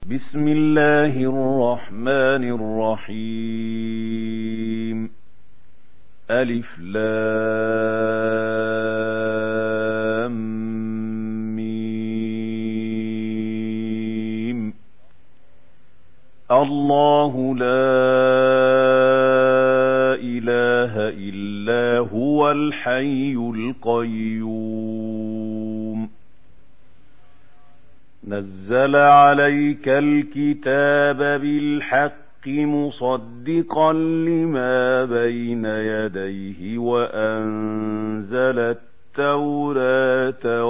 بسم الله الرحمن الرحيم. ألف لام ميم. الله لا إله إلا هو الحي القيوم. نزل عليك الكتاب بالحق مصدقا لما بين يديه وأنزل التوراة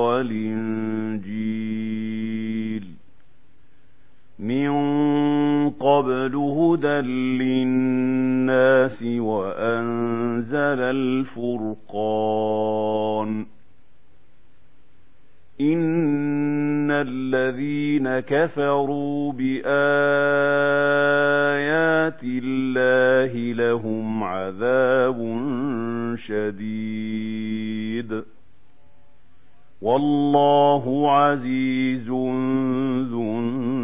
والإنجيل من قبل هدى للناس وأنزل الفرقان. إن الذين كفروا بآيات الله لهم عذاب شديد والله عزيز ذو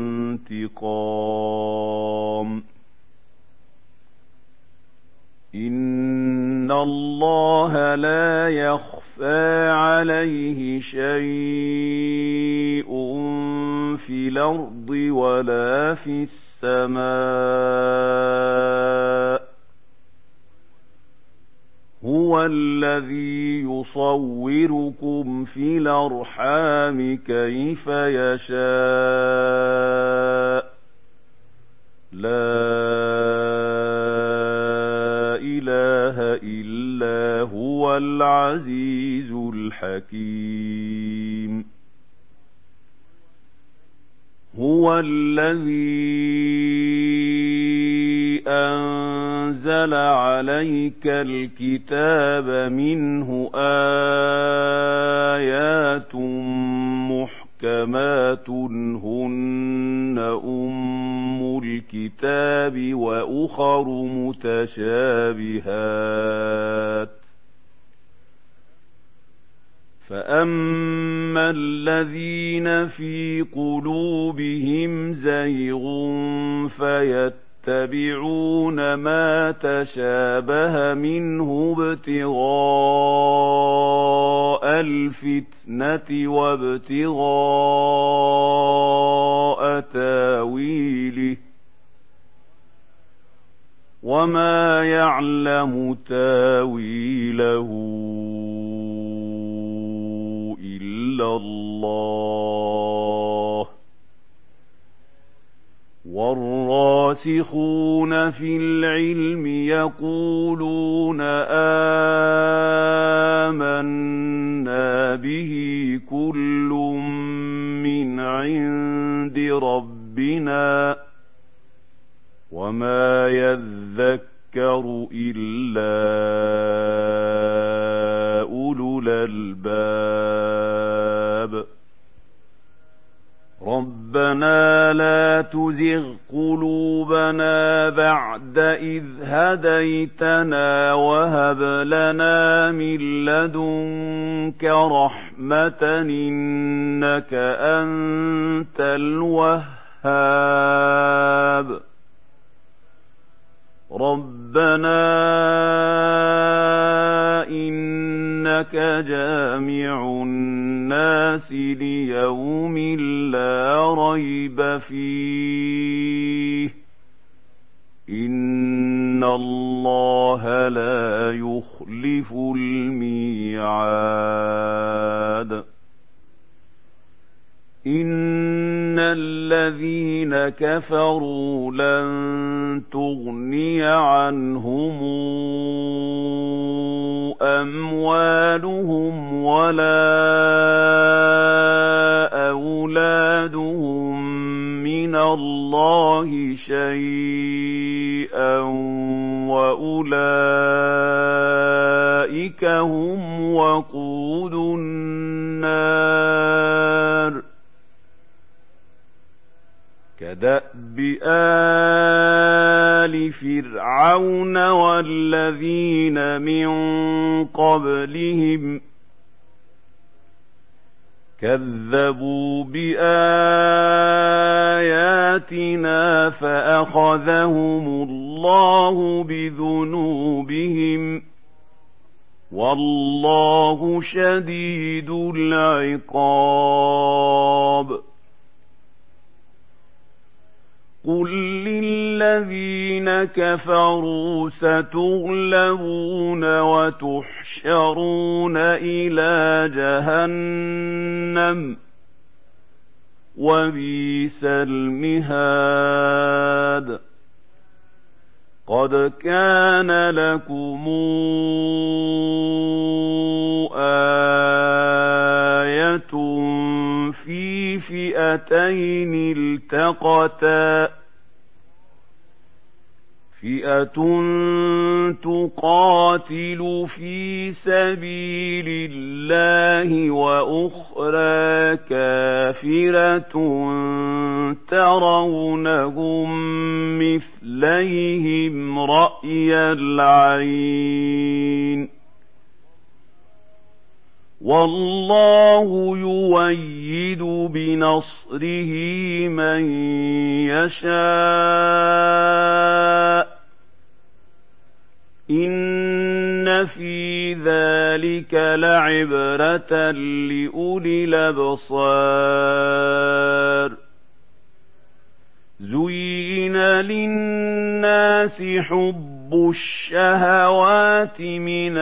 انتقام. إن الله لا يخفى عليه شيء في الأرض ولا في السماء. هو الذي يصوركم في الأرحام كيف يشاء. لا إله إلا هو العزيز الحكيم. هو الذي أنزل عليك الكتاب منه آيات محكمات هن أم الكتاب وأخر متشابهات. فأما الذين في قلوبهم زيغ فيتبعون ما تشابه منه ابتغاء الفتنة وابتغاء تاويله وما يعلم تاويله إلا الله. والراسخون في العلم يقولون آمنا به كل من عند ربنا وما يذكر إلا أولو الألباب. ربنا لا تزغ قلوبنا بعد إذ هديتنا وهب لنا من لدنك رحمة إنك أنت الوهاب. ربنا إنك جامع الناس ليوم لا ريب فيه إن الله لا يخلف الميعاد. إن الذين كفروا لن تغني عنهم أموالهم ولا أولادهم من الله شيئا وأولئك هم وقود النار. كدأب آل فرعون والذين من قبلهم كذبوا بآياتنا فأخذهم الله بذنوبهم والله شديد العقاب قل للذين كفروا ستغلبون وتحشرون إلى جهنم وبئس المهاد قد كان لكم آية في فئتين التقتا فئة تقاتل في سبيل الله وأخرى كافرة ترونهم مثليهم رأي العين والله يؤيد بنصره من يشاء إن في ذلك لعبرة لأولي الأبصار زين للناس حب الشهوات من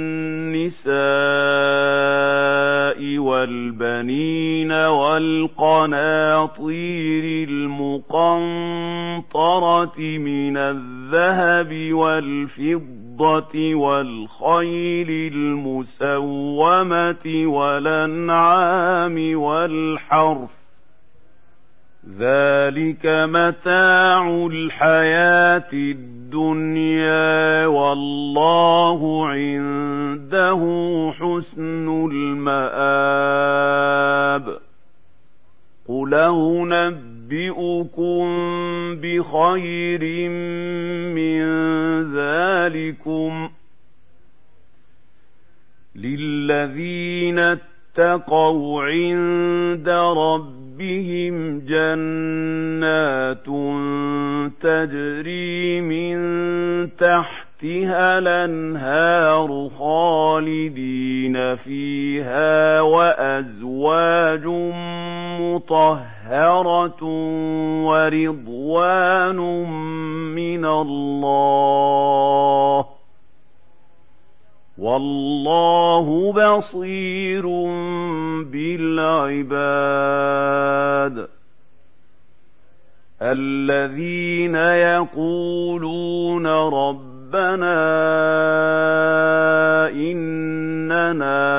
النساء والبنين والقناطير المقنطرة من الذهب والفضة والخيل المسومة والأنعام والحرث ذلك متاع الحياة الدنيا والله عنده حسن المآب قل أنبئكم بخير من ذلكم للذين اتقوا عند ربهم جنات تجري من تحتها الأنهار خالدين فيها وأزواج مطهرة ورضوان من الله والله بصير بالعباد الذين يقولون ربنا إننا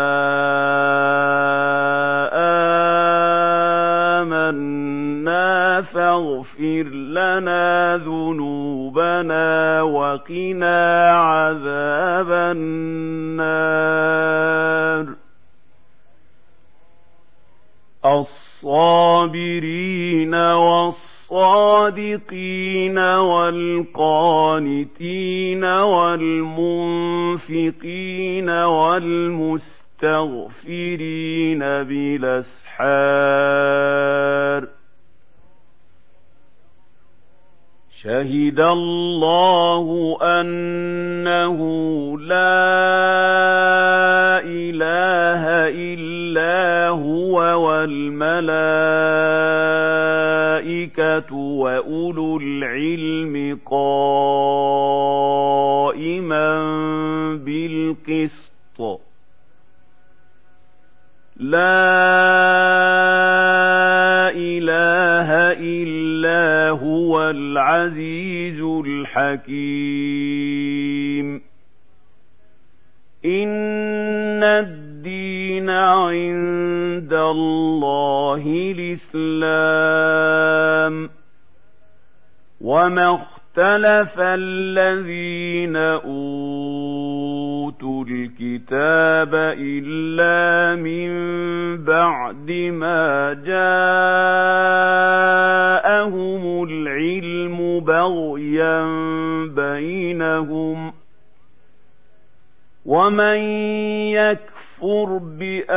آمنا فاغفر لنا ذنوبنا وقنا عذاب النار الصابرين والصادقين والقانتين والمنفقين والمستغفرين بالأسحار شهد الله أنه لا إله إلا هو والملائكة وأولو العلم قائما بالقسط لا إله إلا هو العزيز الحكيم إن الدين عند الله الإسلام وما اختلف الذين أوتوا الكتاب إلا من بعد ما جاءهم العلم بغيا بينهم ومن يكفر يكفر بآيات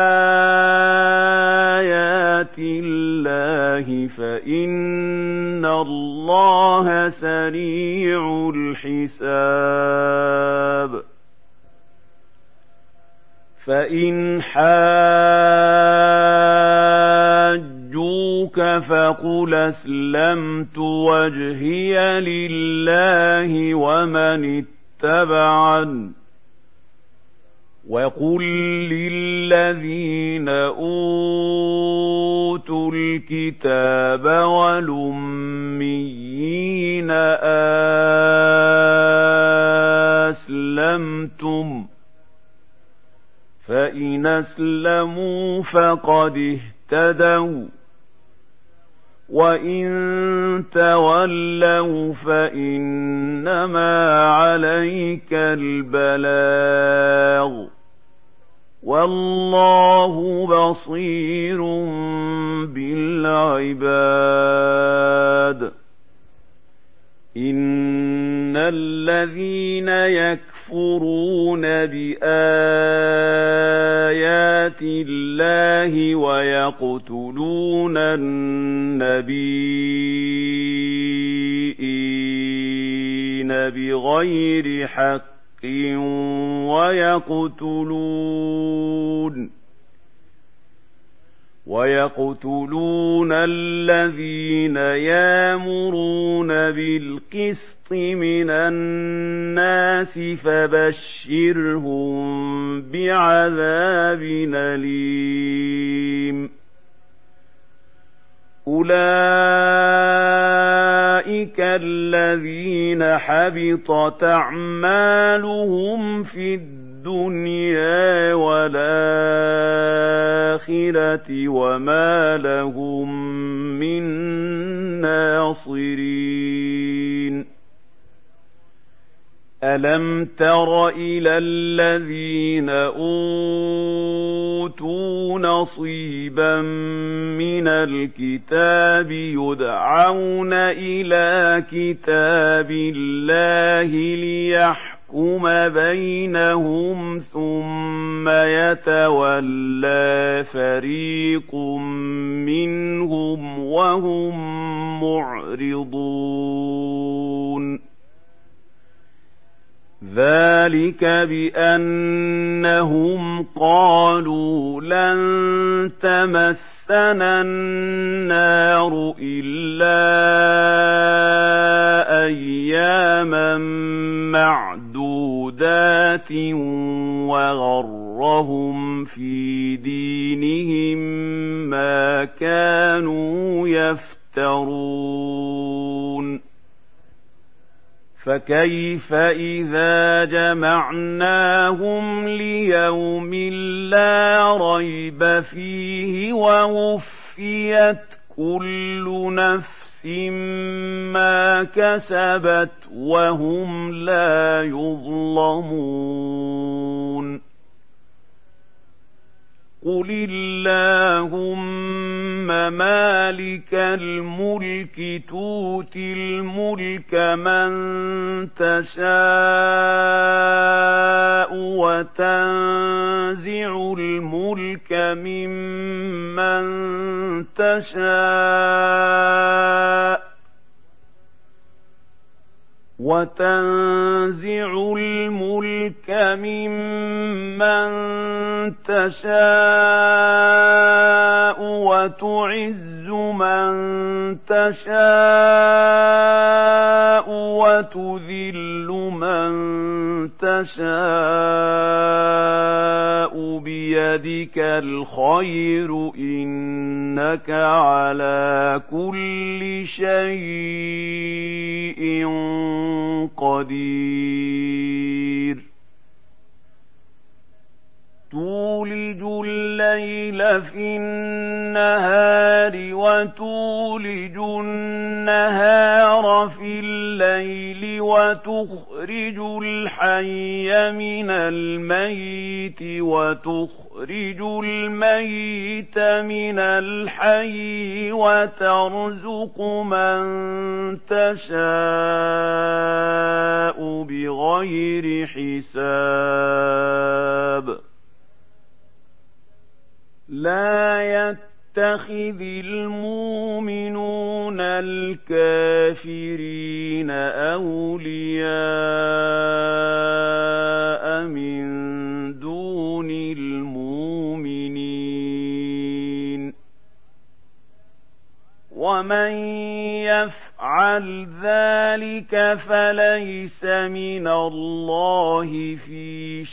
الله فإن الله سريع الحساب فإن حاجوك فقل أسلمت وجهي لله ومن اتبعن وقل للذين أوتوا الكتاب والأميين أسلمتم فإن أسلموا فقد اهتدوا وإن تولوا فإنما عليك البلاغ والله بصير بالعباد إن الذين يكفرون بآيات الله ويقتلون النبيين بغير حق ويقتلون الذين يأمرون بالقسط من الناس فبشرهم بعذاب أليم أولئك الذين حبطت أعمالهم في الدنيا والآخرة وما لهم من ناصرين ألم تر إلى الذين أوتوا نصيبا من الكتاب يدعون إلى كتاب الله ليحكم بينهم ثم يتولى فريق منهم وهم معرضون ذلك بأنهم قالوا لن تمسنا النار إلا أياما معدودات وغرهم في دينهم ما كانوا يفترون فكيف إذا جمعناهم ليوم لا ريب فيه ووفيت كل نفس ما كسبت وهم لا يظلمون قل اللهم مالك الملك تؤتي الملك من تشاء وتنزع الملك ممن تشاء وتنزع الملك ممن تشاء وتعز من تشاء وتذل من تشاء بيدك الخير إنك على كل شيء قدير تولج الليل في النهار وتولج النهار في الليل وتخرج الحي من الميت وتخرج الميت من الحي وترزق من تشاء بغير حساب الكافرين أولياء من دون المؤمنين ومن يفعل ذلك فليس من الله في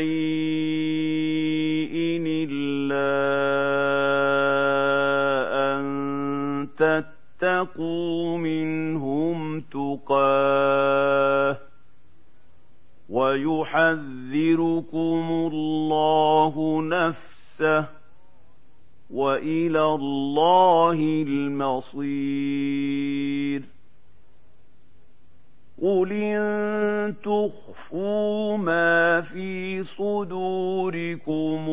شيء إلا أن تتقوا منهم تقاه ويحذركم الله نفسه وإلى الله المصير قل إن تخفوا ما في صدوركم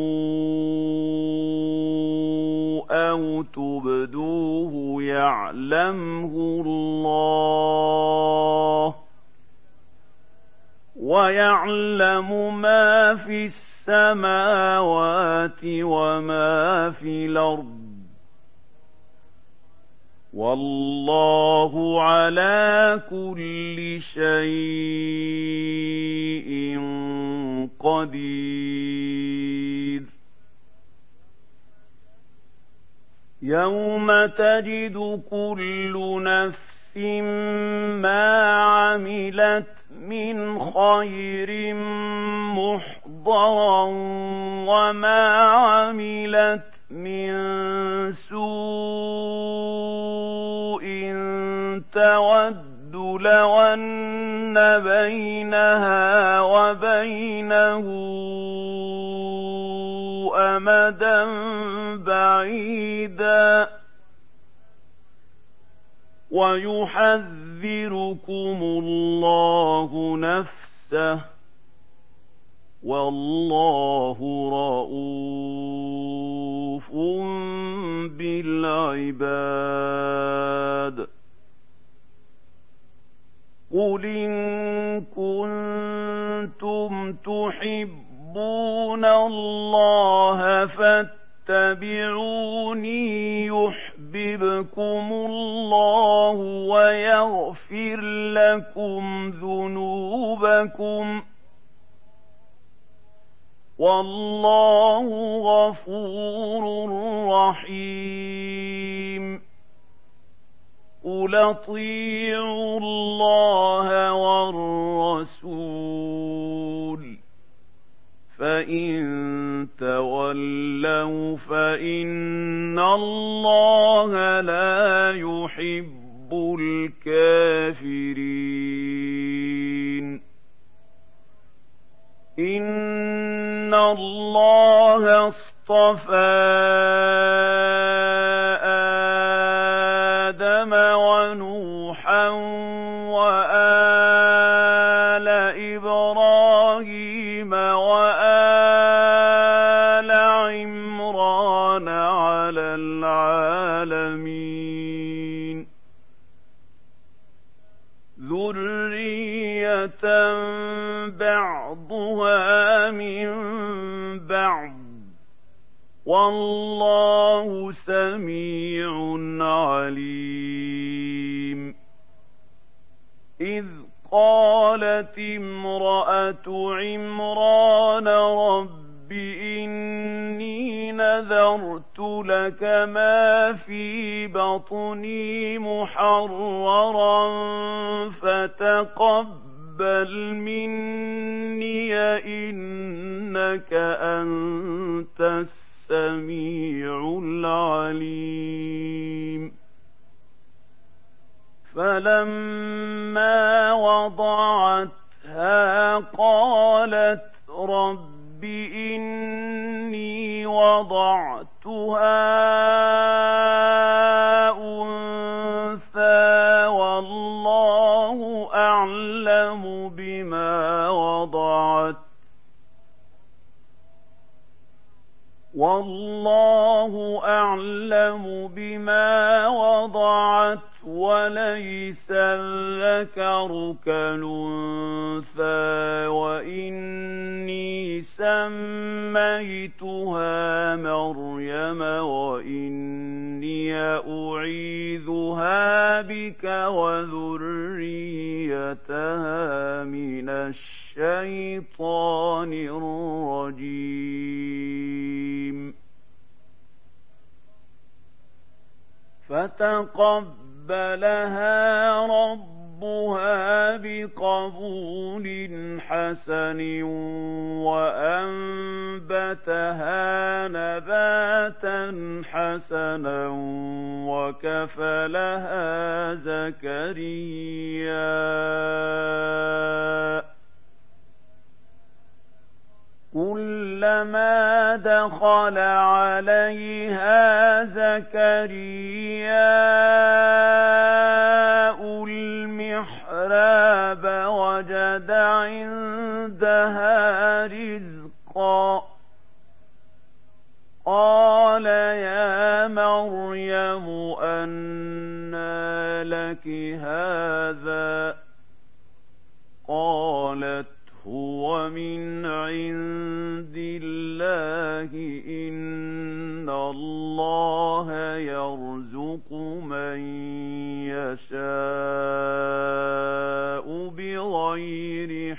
أو تبدوه يعلمه الله ويعلم ما في السماوات وما في الأرض والله على كل شيء قدير يوم تجد كل نفس ما عملت من خير محضرا وما عملت من سوء تود لو أن بينها وبينه أمدا بعيدا ويحذركم الله نفسه والله رءوف بالعباد قل إن كنتم تحبون الله فاتبعوني يحببكم الله ويغفر لكم ذنوبكم والله غفور رحيم قل اطيعوا الله والرسول فإن تولوا فإن الله لا يحب الكافرين إن الله اصطفى آدم ونوحا وآل إبراهيم وآل عمران على العالمين ذرية بعضها من بعض والله سميع عليم إذ قالت امرأة عمران رب إني نذرت لك ما في بطني محررا فتقبل مني إنك أنت السميع العليم فلما وضعتها قالت رب إني وضعتها أنثى والله أعلم بما وضعت والله أعلم بما وضعت وليس الذكر كالأنثى وإني سميتها مريم وإني أعيذها بك وذريتها من الشيطان الرجيم فتقبلها ربها بقبول حسن وأنبتها نباتا حسنا وكفلها زكريا كلما دخل عليها زكرياء المحراب وجد عندها رزقا قال يا مريم أنى لك هذا قالت هو من عند الله إن الله يرزق من يشاء بغير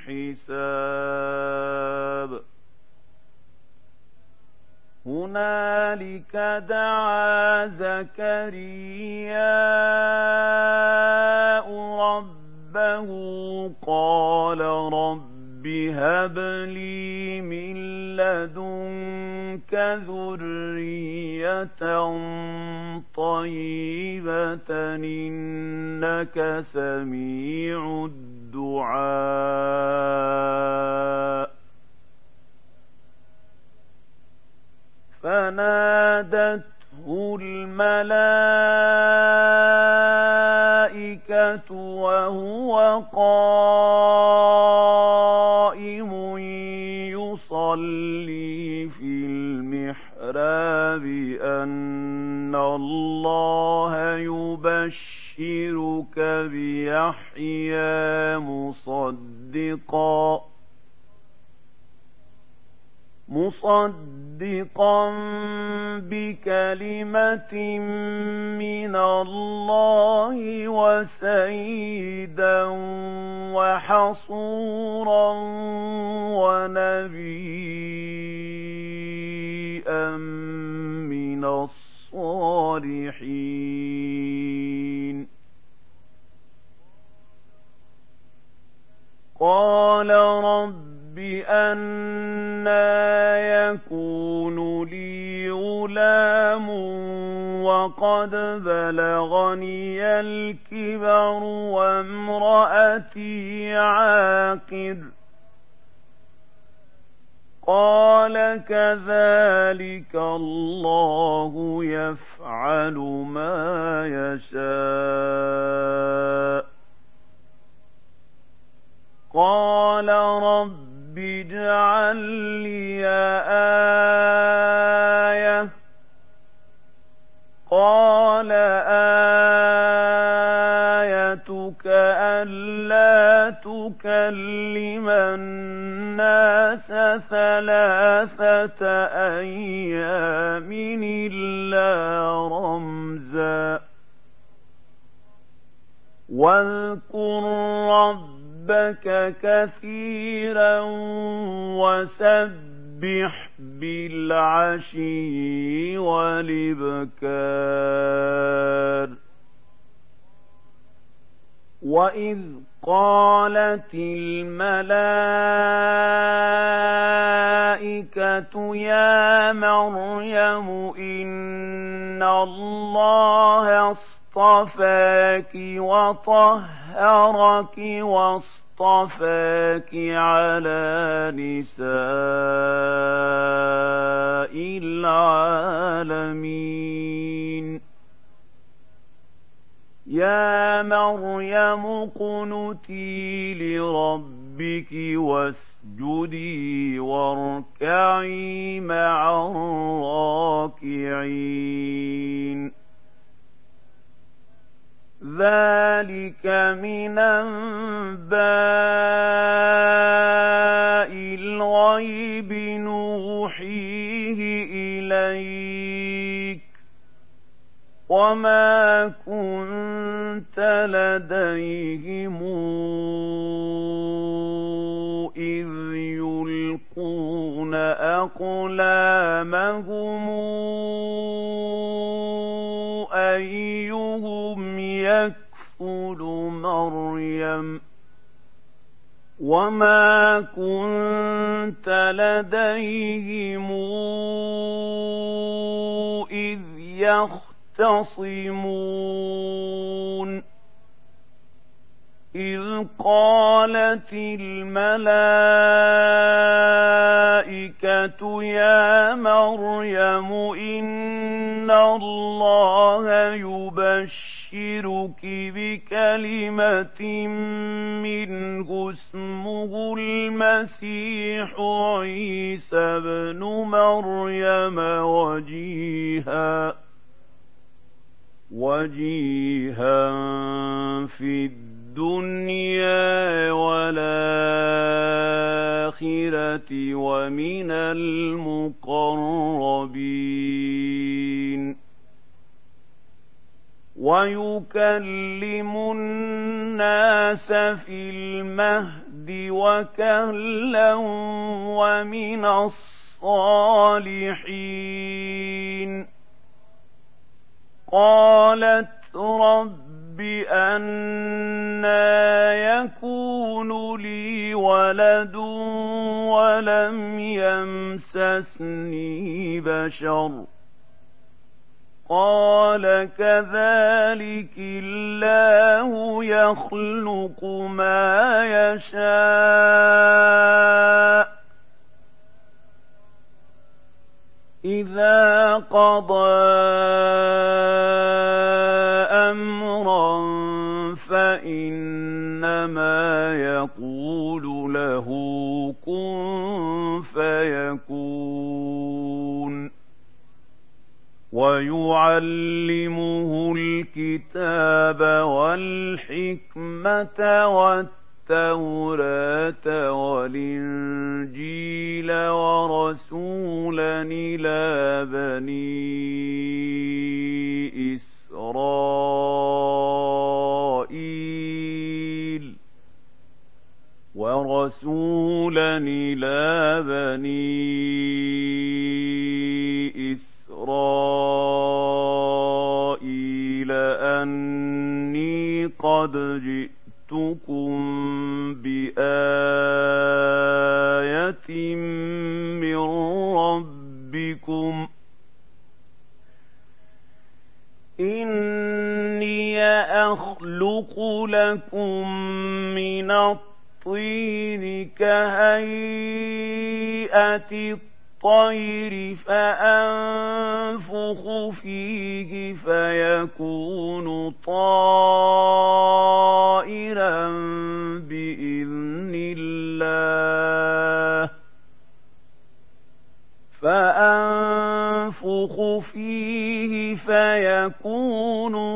حساب هنالك دعا زكرياء ربه قال رب هب لي من لدنك ذرية طيبة إنك سميع الدعاء فنادته الملائكة وهو قائم يصلي في المحراب أن الله يبشرك بيحيى مصدقا بكلمة من الله وسيدا وحصورا ونبيا من الصالحين قال رب أنى يكون لي غلام وقد بلغني الكبر وامرأتي عاقر قال كذلك الله يفعل ما يشاء قال رب اجعل لي آية قال آيتك ألا تكلم الناس 3 أيام إلا رمزا واذكر ربك كثيرا وسبح بالعشي والإبكار وإذ قالت الملائكة يا مريم إن الله اصطفاك وطهرك واصطفاك على نساء العالمين يا مريم اقنتي لربك واسجدي واركعي مع الراكعين ذلك من أنباء الغيب نوحيه إليك وما كنت لديهم إذ يلقون أقلامهم أيهم يكفل مريم وما كنت لديهم إذ يختصمون إذ قالت الملائكة يا مريم إن الله يبشرك بكلمة منه اسمه المسيح عيسى بن مريم وجيها في الدنيا والآخرة ومن المقربين ويكلم الناس في المهد وكهلا ومن الصالحين قالت رب أنى يكون لي ولد ولم يمسسني بشر قال كذلك الله يخلق ما يشاء إذا قضى أمرا فإنما يقول له كن فيكون ويعلمه الكتاب والحكمة والتوراة والإنجيل ورسولا إلى بني إسرائيل أني قد جئتكم بآية من ربكم إني أخلق لكم من الطين كهيئة الطير فأنفخ فيه فيكون طائرا بإذن الله فأنفخ فيه فيكون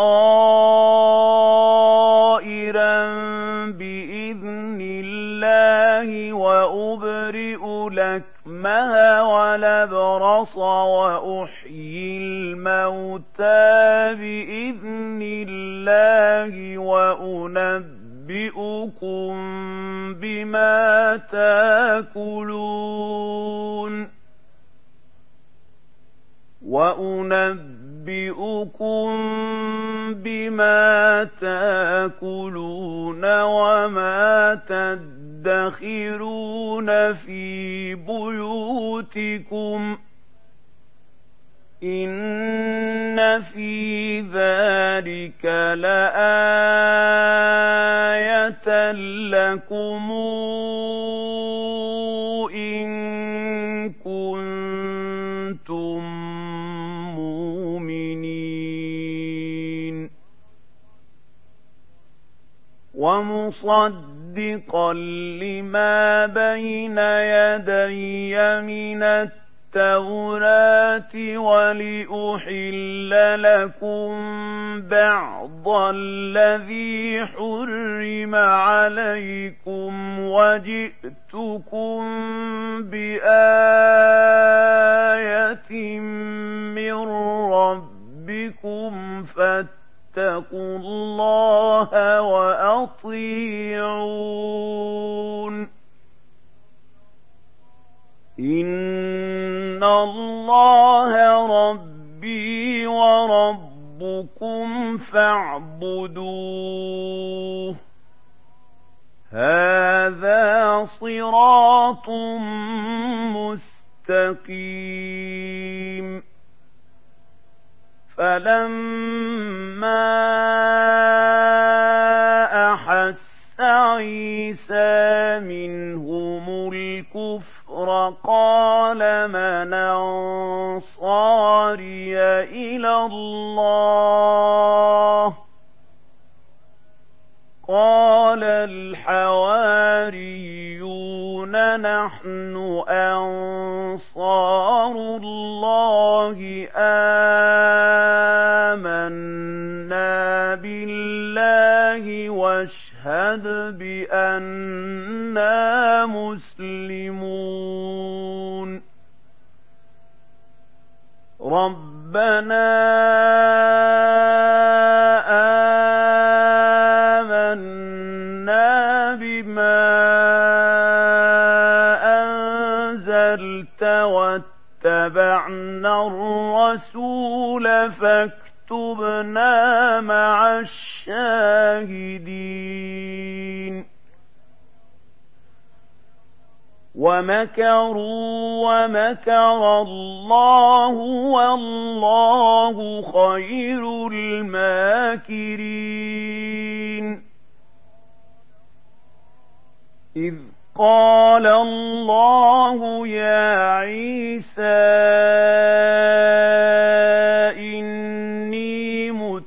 طائرا بإذن الله وأبرئ الأكمه والأبرص وأحيي الموتى بإذن الله وأنبئكم بما تاكلون وما تدخرون في بيوتكم إن في ذلك لآية لكم إن كنتم مؤمنين ومصدقا لما بين يدي من التوراة ولأحل لكم بعض الذي حرم عليكم وجئتكم بآية من ربكم فاتقوا الله وأطيعون إن الله ربي وربكم فاعبدوه هذا صراط مستقيم فلما أحس عيسى منهم الكفر قال من أنصاري إلى الله قال الحواريون نحن أنصار الله آمنا بالله واشهد بأننا مسلمون ربنا آمنا بما أنزلت واتبعنا الرسول فاكتبنا مع الشاهدين ومكروا ومكر الله والله خير الماكرين إذ قال الله يا عيسى إني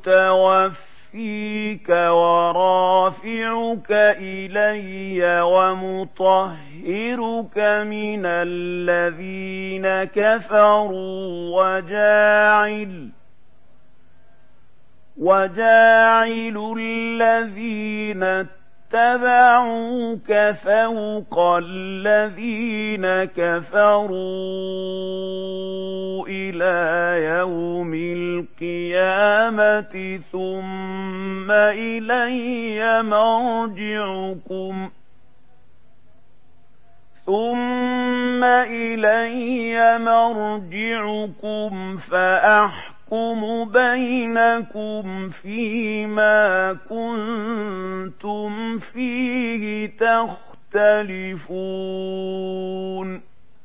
متوفيك ورافعك إلي ومطهرك من الذين كفروا وجاعل الذين اتبعوك فوق الذين كفروا إلى يوم القيامة ثم إلي مرجعكم فأحكم بينكم فيما كنتم فيه تختلفون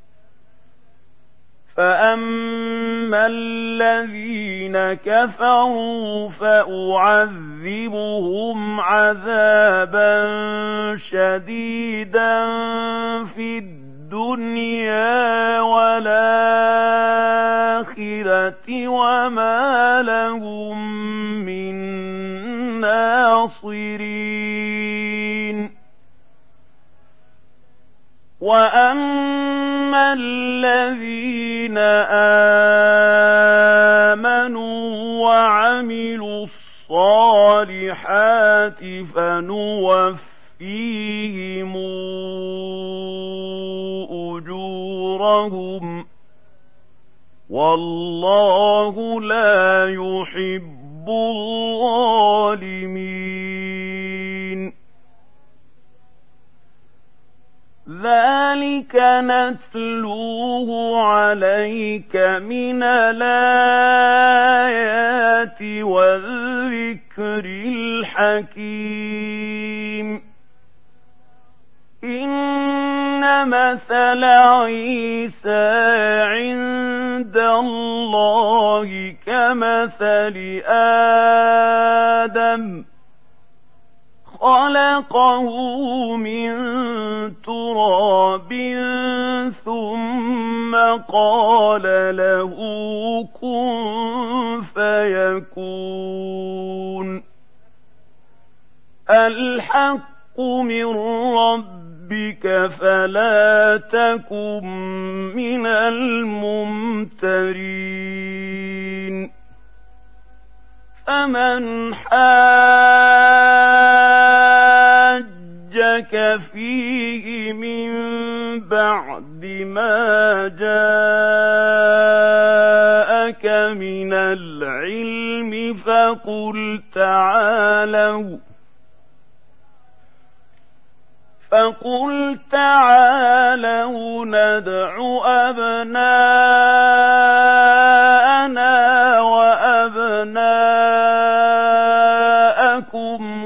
فأما الذين كفروا فأعذبهم عذابا شديدا في الدنيا والآخرة وما لهم من ناصرين وأما الذين آمنوا وعملوا الصالحات فنوفيهم أجورهم والله لا يحب الظالمين ذلك نتلوه عليك من الآيات والذكر الحكيم إن مثل عيسى عند الله كمثل آدم خلقه من تراب ثم قال له كن فيكون الحق من ربك ربك فلا تكن من الممترين فمن حاجك فيه من بعد ما جاءك من العلم فقل تعالوا ندع أبناءنا وأبناءكم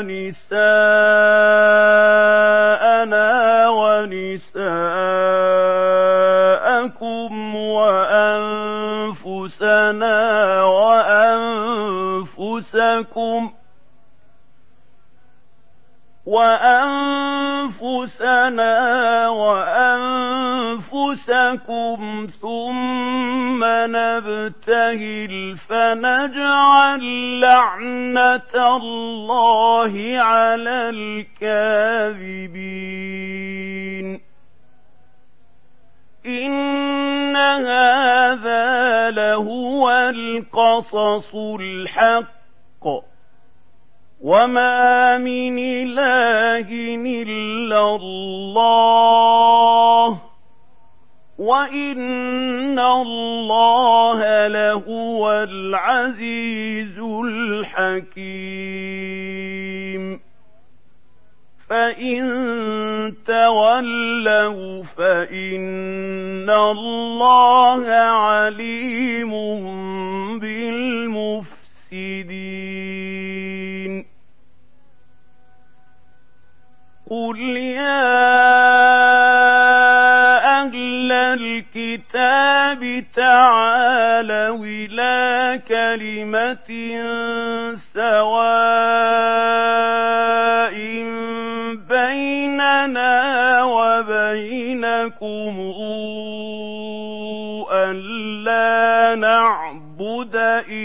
ونساءنا ونساءكم وأنفسنا وأنفسكم ثم نبتهل فنجعل لعنة الله على الكاذبين إن هذا لهو القصص الحق وما من إله إلا الله وإن الله لهو العزيز الحكيم فإن تولوا فإن الله عليم بالمفسدين قل يا أهل الكتاب تعالوا إلى كلمة سواء بيننا وبينكم ألا نعبد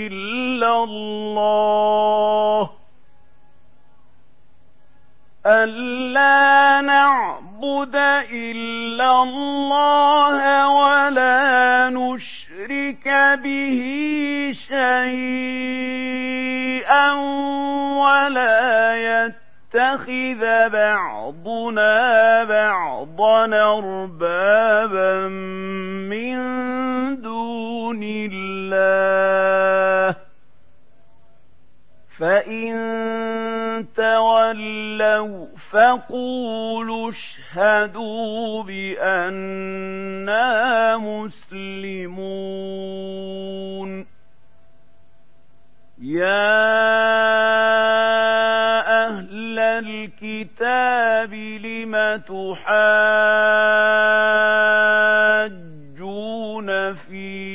إلا الله ولا نشرك به شيئا ولا يتخذ بعضنا بعضا أربابا من دون الله فإن تولوا فقولوا اشهدوا بأننا مسلمون يا أهل الكتاب لم تحاجون في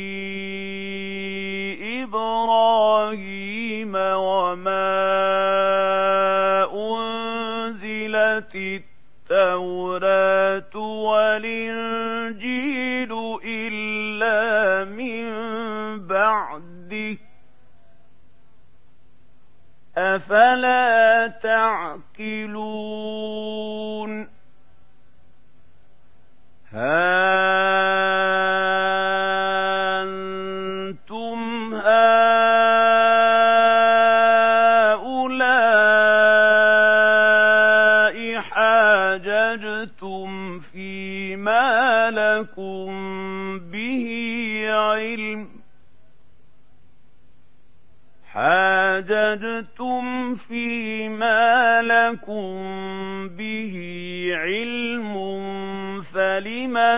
إبراهيم وما أنزلت التوراة والإنجيل إلا من بعده أفلا تعقلون أنتم هؤلاء حاججتم فيما لكم به علم فلم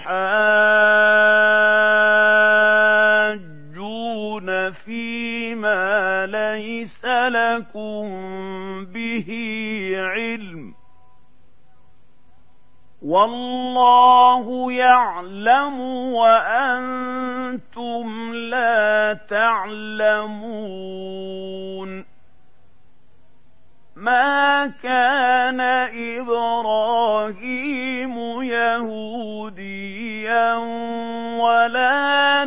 تحاجون فيما ليس لكم به علم والله يعلم وأنتم لا تعلمون ما كان إبراهيم يهوديا ولا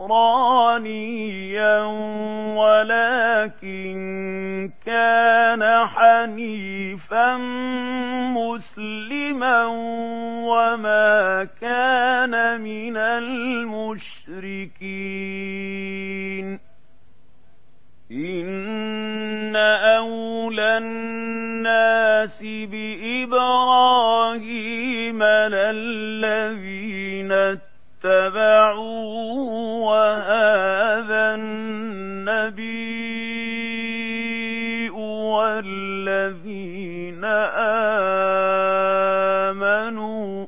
نصرانيا ولكن كان حنيفا مسلما وما كان من المشركين إن أولى الناس بإبراهيم للذين اتبعوه وهذا النبي والذين آمنوا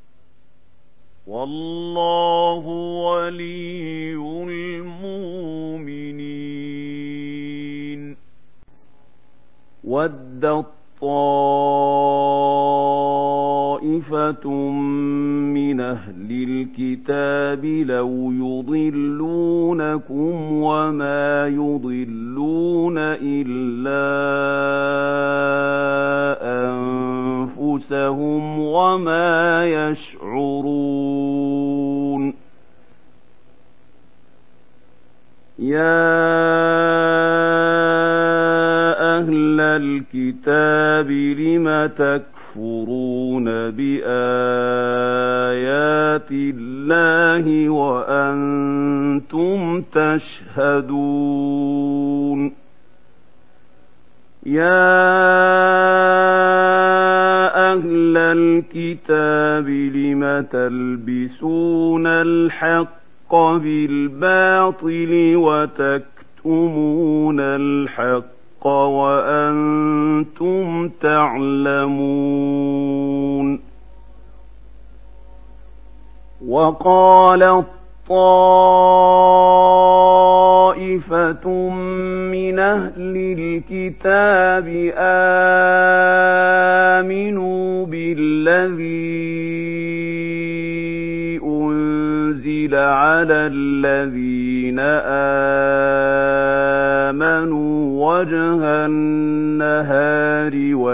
والله ولي المؤمنين ودت طائفة من أهل الكتاب لو يضلونكم وما يضلون إلا أنفسهم وما يشعرون يا أهل الكتاب لم تكفرون بآيات الله وأنتم تشهدون يا أهل الكتاب لم تلبسون الحق بالباطل وتكتمون الحق وأنتم تعلمون وقالت طائفة من أهل الكتاب آمنوا بالذي أنزل على الذين آمنوا وجه النهار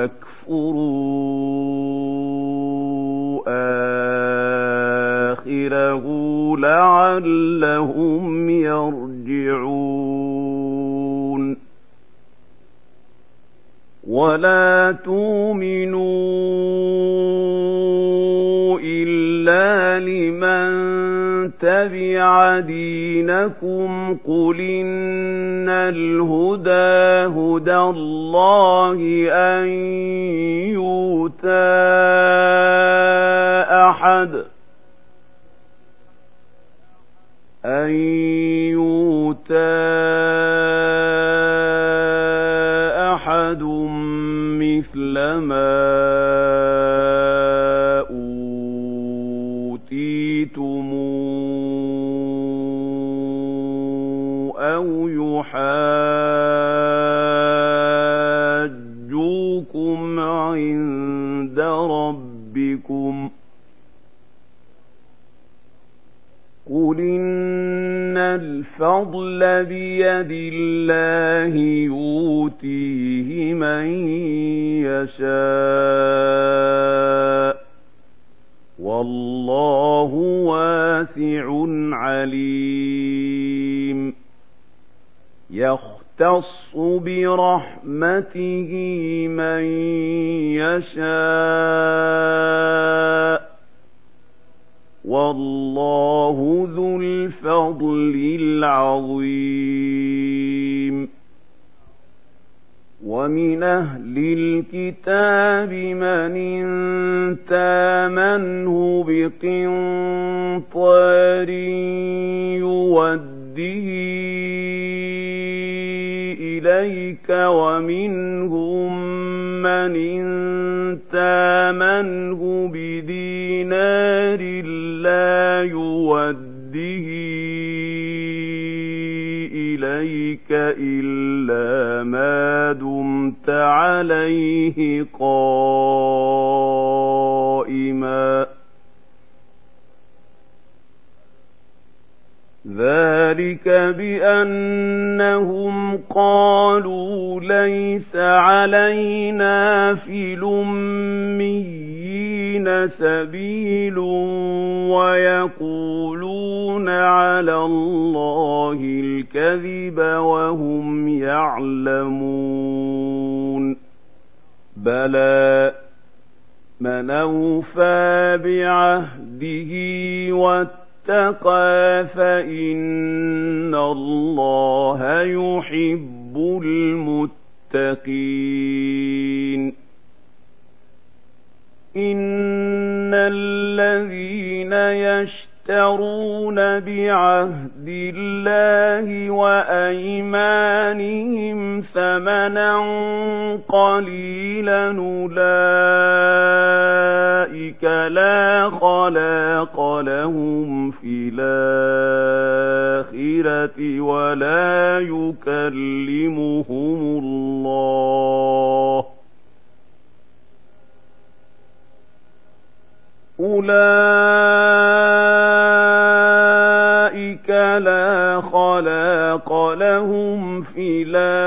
واكفروا آخره لعلهم يرجعون ولا تؤمنوا إلا لمن تبع دينكم قل إن الهدى هدى الله أن يؤتى أحد مثل ما أوتيتم أو يحاجوكم عند ربكم قل إن الفضل بيد الله يؤتيه من يشاء والله واسع عليم يختص برحمته من يشاء والله ذو الفضل العظيم ومن أهل الكتاب من إن تامنه بقنطار يوده إليك ومنهم من إن تامنه بدينار لا يوده إليك إلا ما دمت عليه قائما ذلك بأنهم قالوا ليس علينا في الأميين سبيل ويقولون على الله الكذب وهم يعلمون بلى من أوفى بعهده واتقى فإن الله يحب المتقين إن الذين يشترون بعهد الله وأيمانهم ثمنا قليلا أولئك لا خلاق لهم في الآخرة ولا يكلمهم الله أولئك لا خلاق لهم في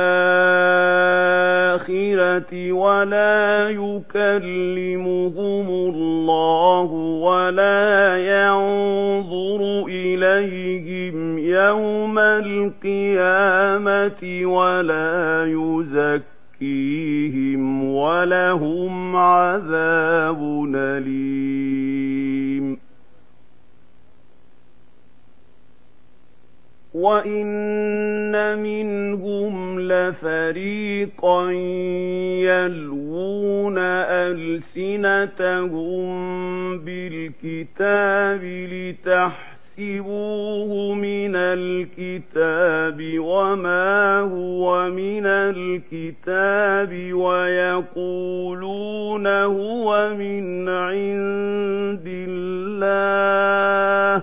الآخرة ولا يكلمهم الله ولا ينظر إليهم يوم القيامة ولا يزكيهم ولهم عذاب أليم وإن منهم لفريقا يلوون ألسنتهم بالكتاب لتحسبوه من الكتاب وما هو من الكتاب ويقولون هو من عند الله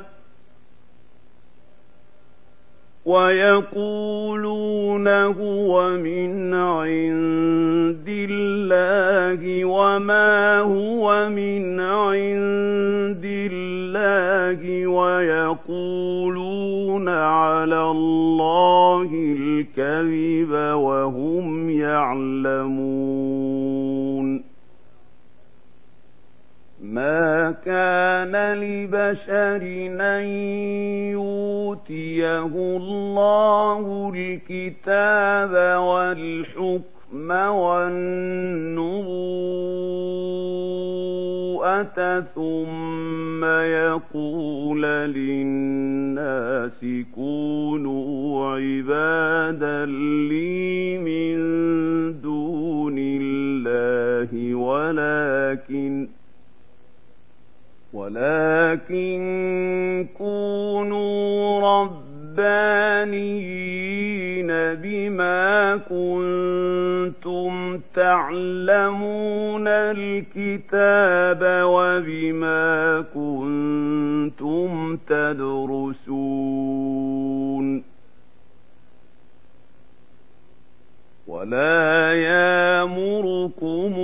وما هو من عند الله ويقولون على الله الكذب وهم يعلمون ما كان لبشر أن يؤتيه الله الكتاب والحكم والنبوءة ثم يقول للناس كونوا عبادا لي من دون الله ولكن كونوا ربانيين بما كنتم تعلمون الكتاب وبما كنتم تدرسون ولا يأمركم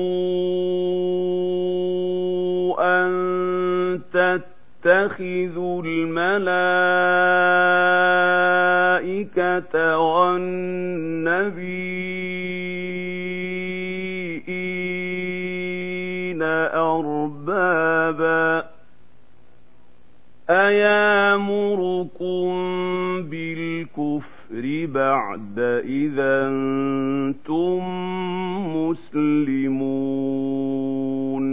أن تتخذوا الملائكة والنبيين أربابا أيامركم بالكفر بعد إذا أنتم مسلمون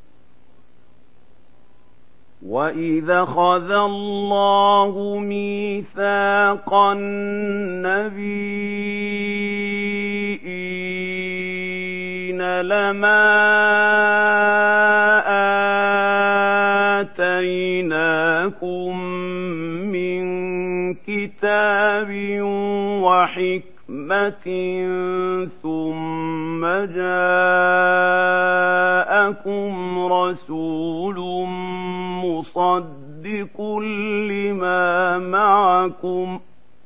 وإذا أخذ الله ميثاق النبيين لما آتيناكم من كتاب وحكمة ثم جاءكم رسول مصدق لما معكم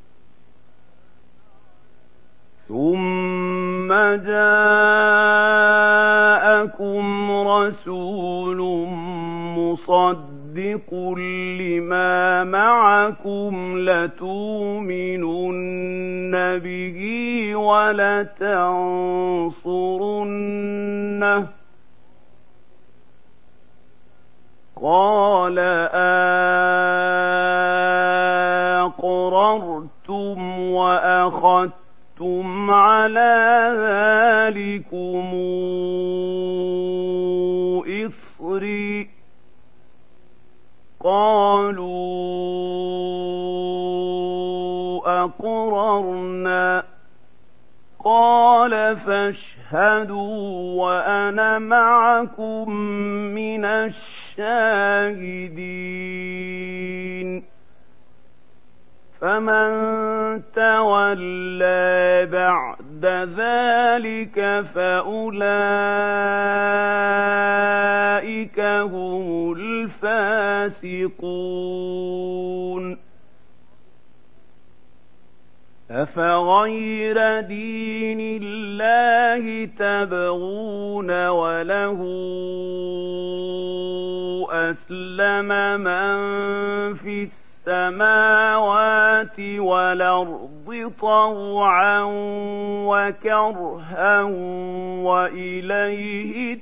لتؤمنن به ولتنصرنه قال أقررتم وأخذتم على ذلكم قالوا أقررنا قال فاشهدوا وأنا معكم من الشاهدين فمن تولى بعد ذلك فأولئك هم الفاسقون أفغير دين الله تبغون وله أسلم من في السماوات والأرض طوعا وكرها وإليه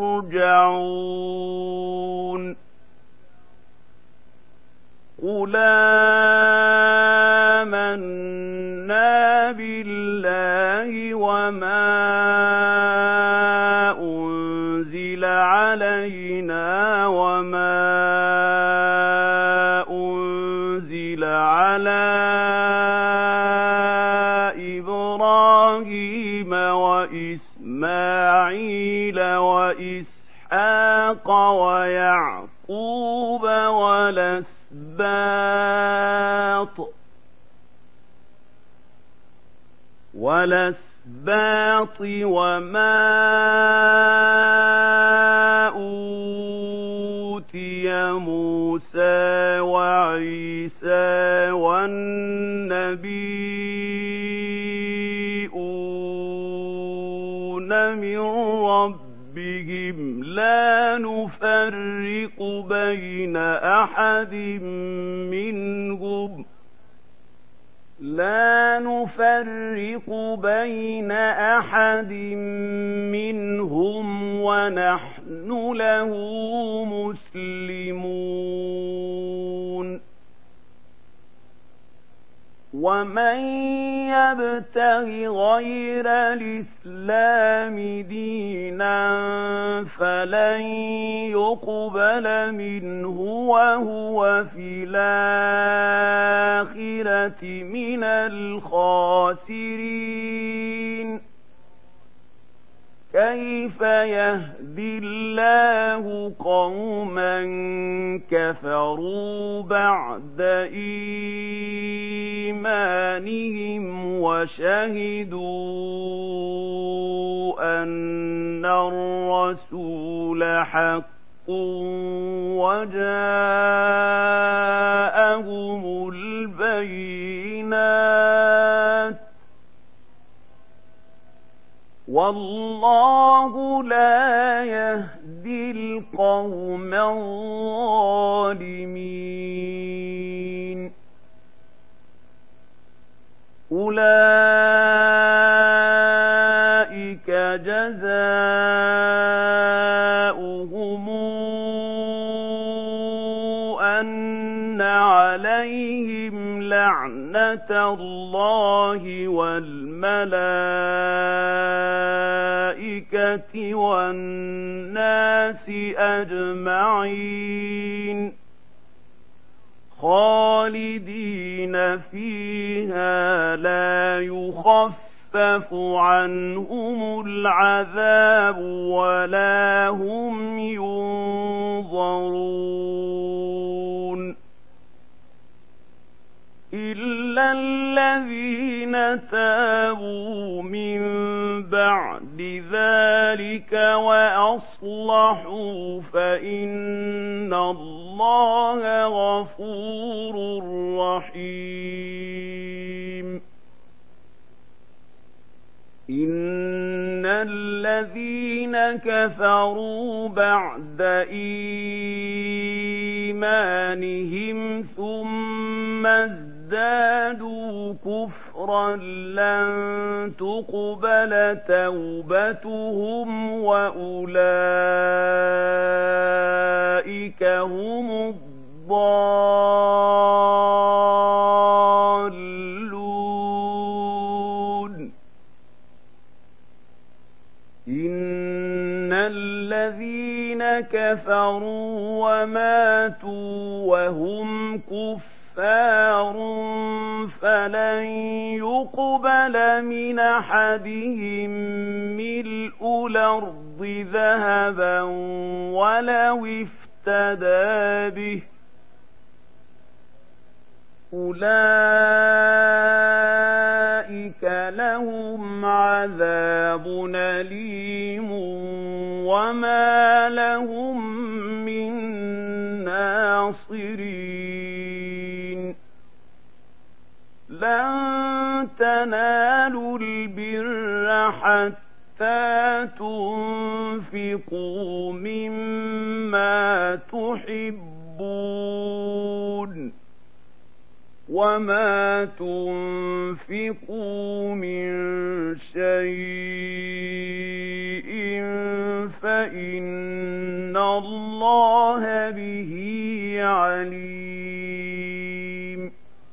ترجعون قل آمنا بالله وما أنزل علينا وما أنزل على إبراهيم وإسماعيل وإسحاق ويعقوب والأسباط وما أوتي موسى وعيسى والنبيون من ربهم لا نفرق بين أحد منهم ونحن له مسلمون ومن يبتغ غير الإسلام دينا فلن يقبل منه وهو في الآخرة من الخاسرين كيف يهدي الله قوما كفروا بعد إيمانهم وشهدوا أن الرسول حق وجاءهم البينات والله لا يهدي القوم الظالمين أولئك جزاؤهم أن عليهم لعنة الله والملائكة والناس أجمعين خالدين فيها لا يخفف عنهم العذاب ولا هم ينظرون إلا الذين تابوا من بعد ذلك وأصلحوا فإن الله غفور رحيم إن الذين كفروا بعد إيمانهم ثم ازدادوا كفرا لن تقبل توبتهم وأولئك هم الضالون إن الذين كفروا وماتوا وهم كفار فلن يقبل من أحدهم ملء الأرض ذهبا ولو افتدى به أولئك لهم عذاب أليم وما لهم من ناصرين لن تنالوا البر حتى تنفقوا مما تحبون وما تنفقوا من شيء فإن الله به عليم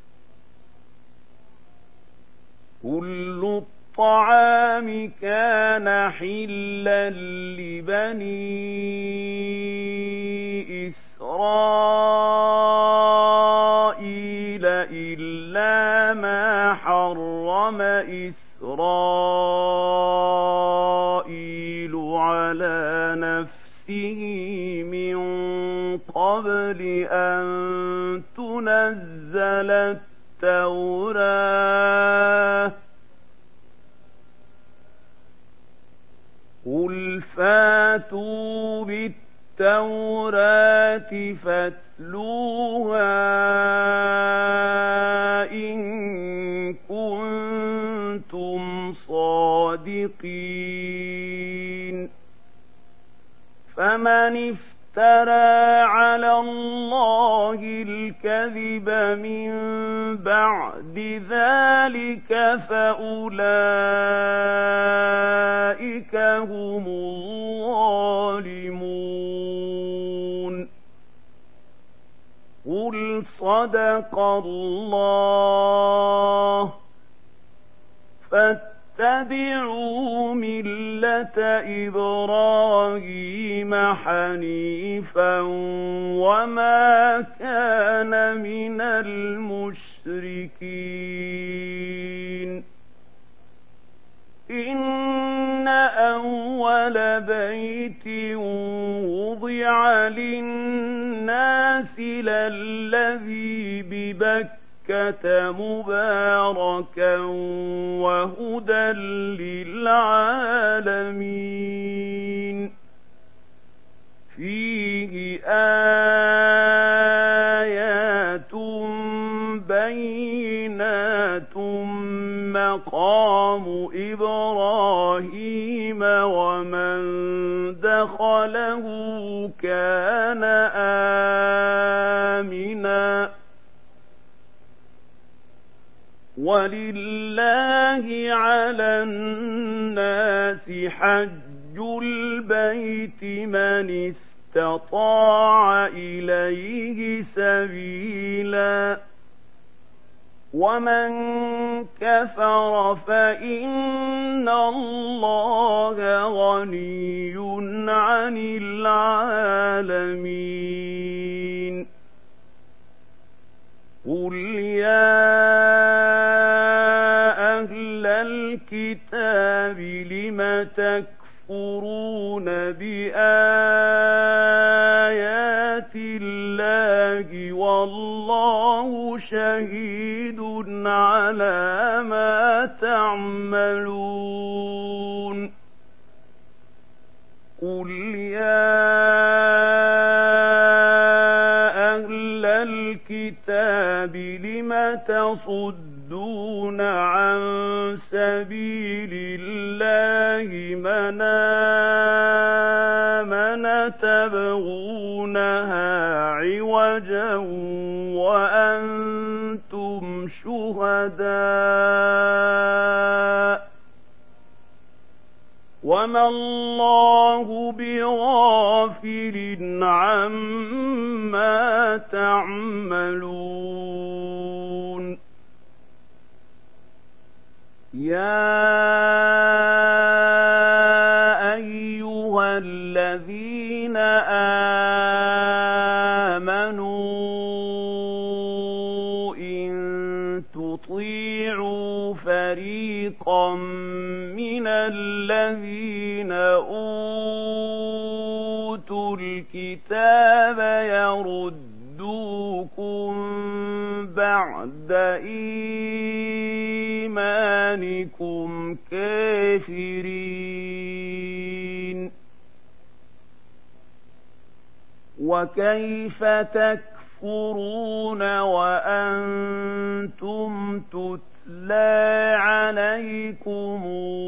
كل الطعام كان حلا لبني إسرائيل إلا ما حرم إسرائيل على نفسه من قبل أن تنزل التوراة قل فاتوا بالتوراة فاتلوها إن كنتم صادقين فمن افترى على الله الكذب من بعد ذلك فأولئك هم الظالمون قل صدق الله فاتبعوا ملة إبراهيم حنيفا وما كان من المشركين إن أول بيت وضع للناس للذي ببكة مباركا وهدى للعالمين فيه آيات بينات مقام إبراهيم ومن دخله كان آمنا ولله على الناس حج البيت من استطاع إليه سبيلا ومن كفر فإن الله غني عن العالمين قل يا أهل الكتاب لم تكفرون بآيات الله والله شهيد على ما تعملون قل يا أهل الكتاب لم تصدون عن سبيل الله من آمن تبغونها عوجا وأنتم شهداء وما الله بغافل عما تعملون يا أيها أيها الذين آمنوا إن تطيعوا فريقا من الذين أوتوا الكتاب يردوكم بعد إيمانكم كافرين وكيف تكفرون وأنتم تتلى عليكم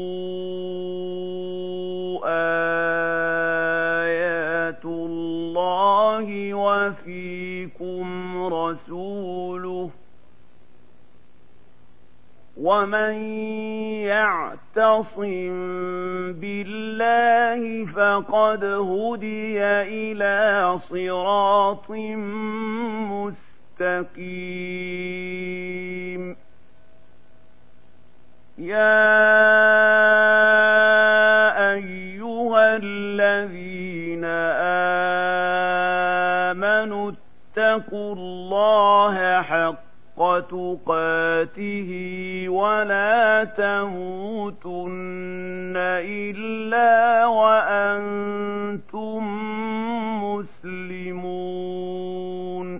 آيات الله وفيكم رسوله ومن يعتصم بالله فقد هدي إلى صراط مستقيم يا أيها الذين آمنوا اتقوا الله حق تقاته ولا تموتن إلا وأنتم مسلمون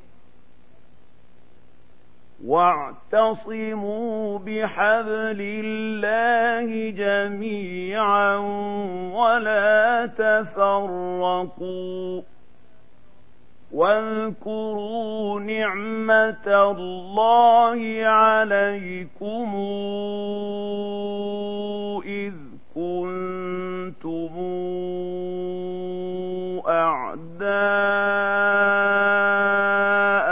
واعتصموا بحبل الله جميعا ولا تفرقوا واذكروا نعمة الله عليكم إذ كنتم أعداء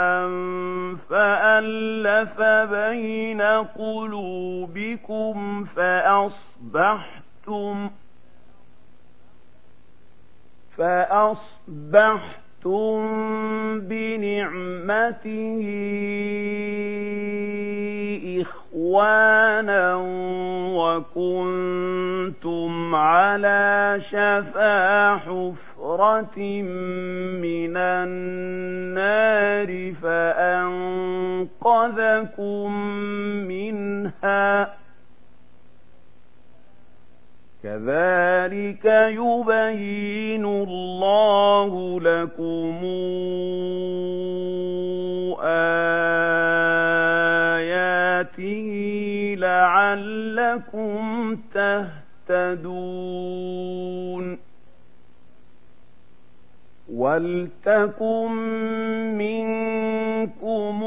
فألف بين قلوبكم فأصبحتم بنعمته إخوانا وكنتم على شفا حفرة من النار فأنقذكم منها كذلك يبين الله لكم آياته لعلكم تهتدون ولتكن منكم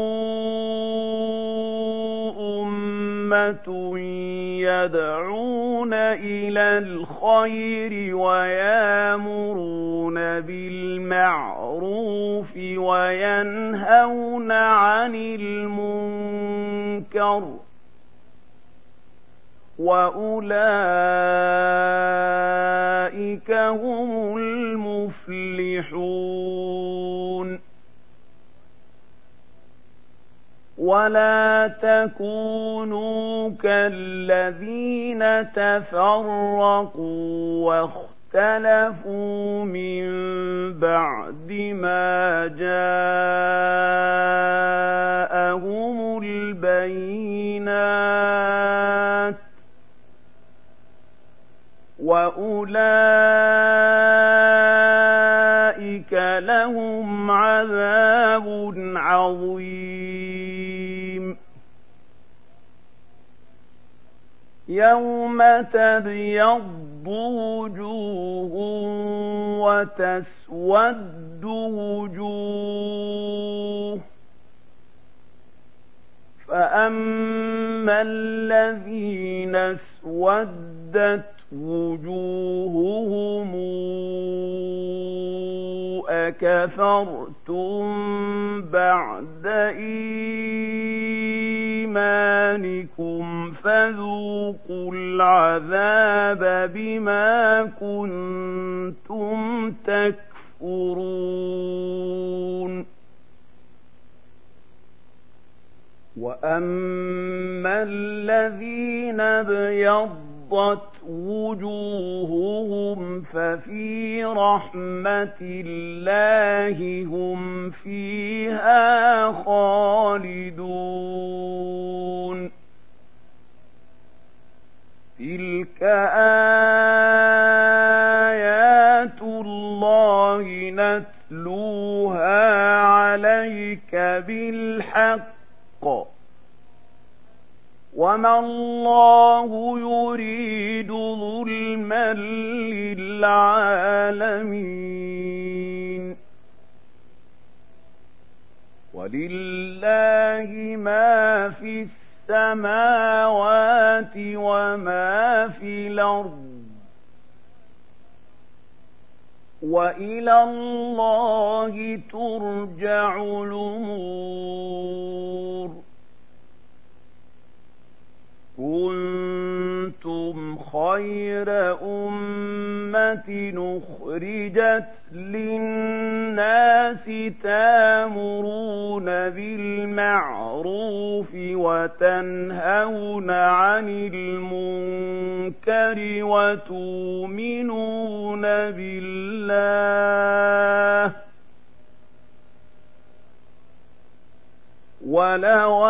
أمة يدعون إلى الخير ويأمرون بالمعروف وينهون عن المنكر وأولئك هم المفلحون ولا تكونوا كالذين تفرقوا واختلفوا من بعد ما جاءهم البينات وأولئك لهم عذاب عظيم يوم تبيض وجوه وتسود وجوه فأما الذين اسودت وجوههم أكفرتم بعد إيمانكم فذوقوا العذاب بما كنتم تكفرون وأما الذين ابيضت وجوههم ففي رحمة الله هم فيها خالدون تلك آيات الله نتلوها عليك بالحق وما الله يريد ظلما للعالمين ولله ما في السماوات وما في الأرض وإلى الله ترجع الأمور كنتم خير أمة أخرجت للناس تأمرون بالمعروف وتنهون عن المنكر وتؤمنون بالله ولو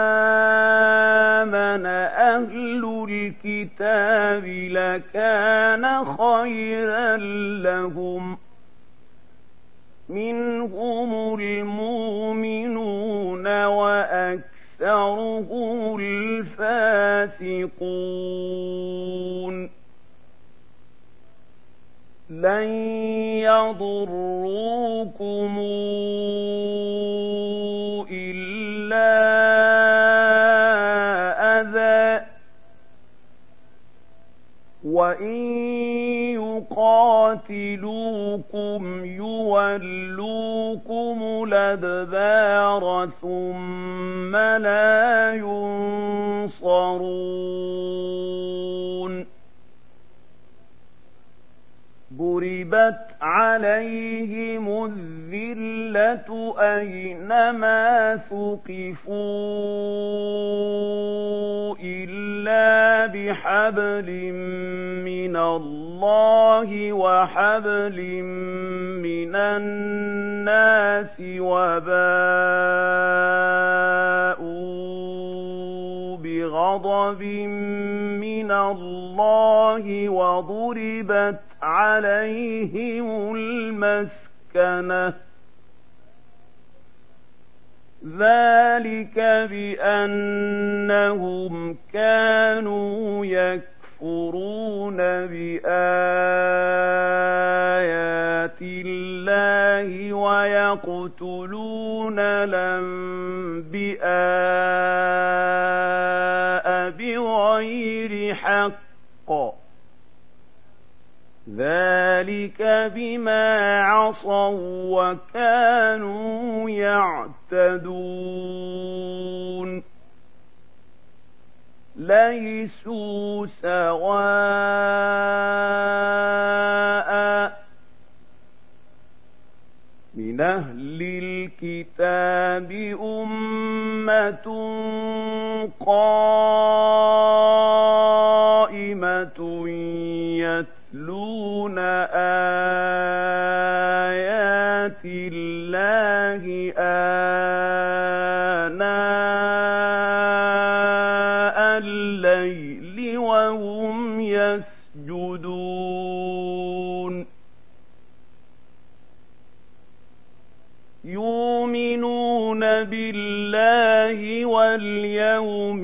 آمن أهل الكتاب لكان خيرا لهم منهم المؤمنون وأكثرهم الفاسقون لن يضروكم إلا أذى وإن يقاتلوكم يولوكم الأدبار ثم لا ينصرون ضربت عليهم الذلة أينما ثقفوا إلا بحبل من الله وحبل من الناس وباءوا بغضب من الله وضربت عليهم المسكنة ذلك بأنهم كانوا يكفرون بآيات الله ويقتلون الأنبياء بغير حق ذلك بما عصوا وكانوا يعتدون ليسوا سواء من أهل الكتاب أمة قائمة يتلون آيات الله آناء الليل وهم يسجدون يؤمنون بالله واليوم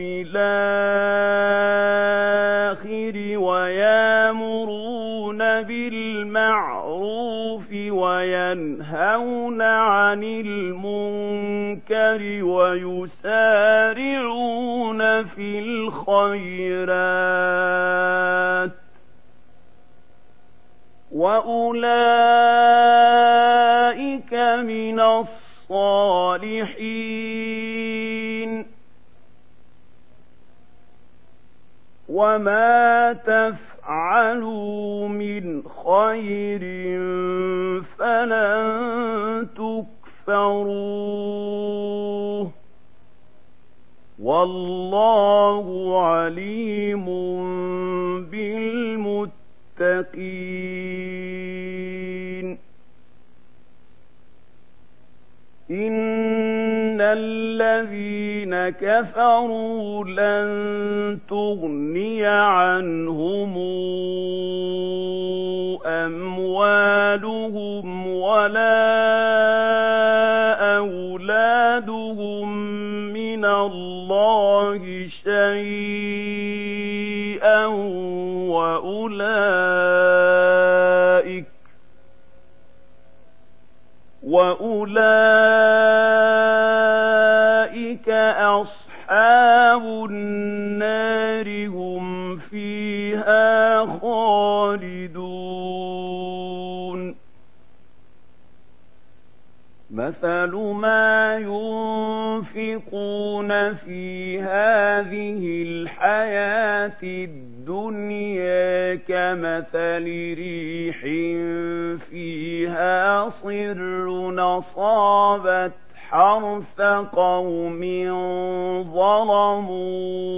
الآخر ويأمرون بالمعروف وينهون عن المنكر ويسارعون في الخيرات وأولئك من الصالحين وما تفعلوا من خير فلن تكفروه والله عليم للمتقين إن الذين كفروا لن تغني عنهم أموالهم ولا أولادهم من الله شيئا وأولئك أصحاب النار هم فيها خالدون مثل ما ينفقون في هذه الحياة الدنيا كمثل ريح فيها صر أصابت حرث قوم ظلموا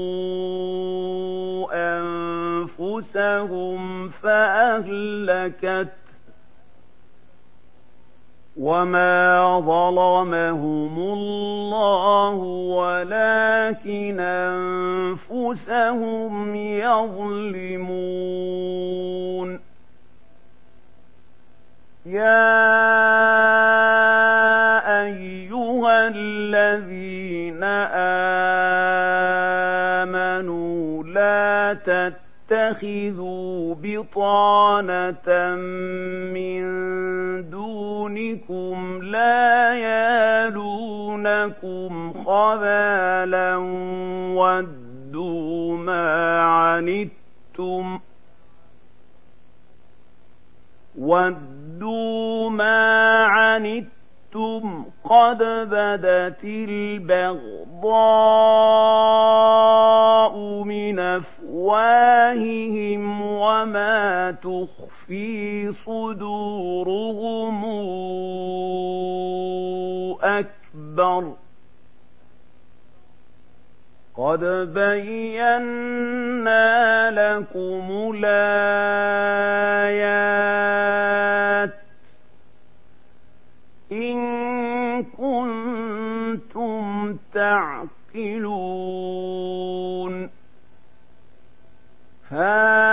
أنفسهم فأهلكت وما ظلمهم الله ولكن أنفسهم يظلمون يا أيها الذين آمنوا لا تتخذوا بطانة من دونكم لا يالونكم خبالا ودوا ما عنتم قد بدت البغضاء من أفواههم وما تخفي صدورهم أكبر قد بينا لكم الآيات إن كنتم تعقلون ها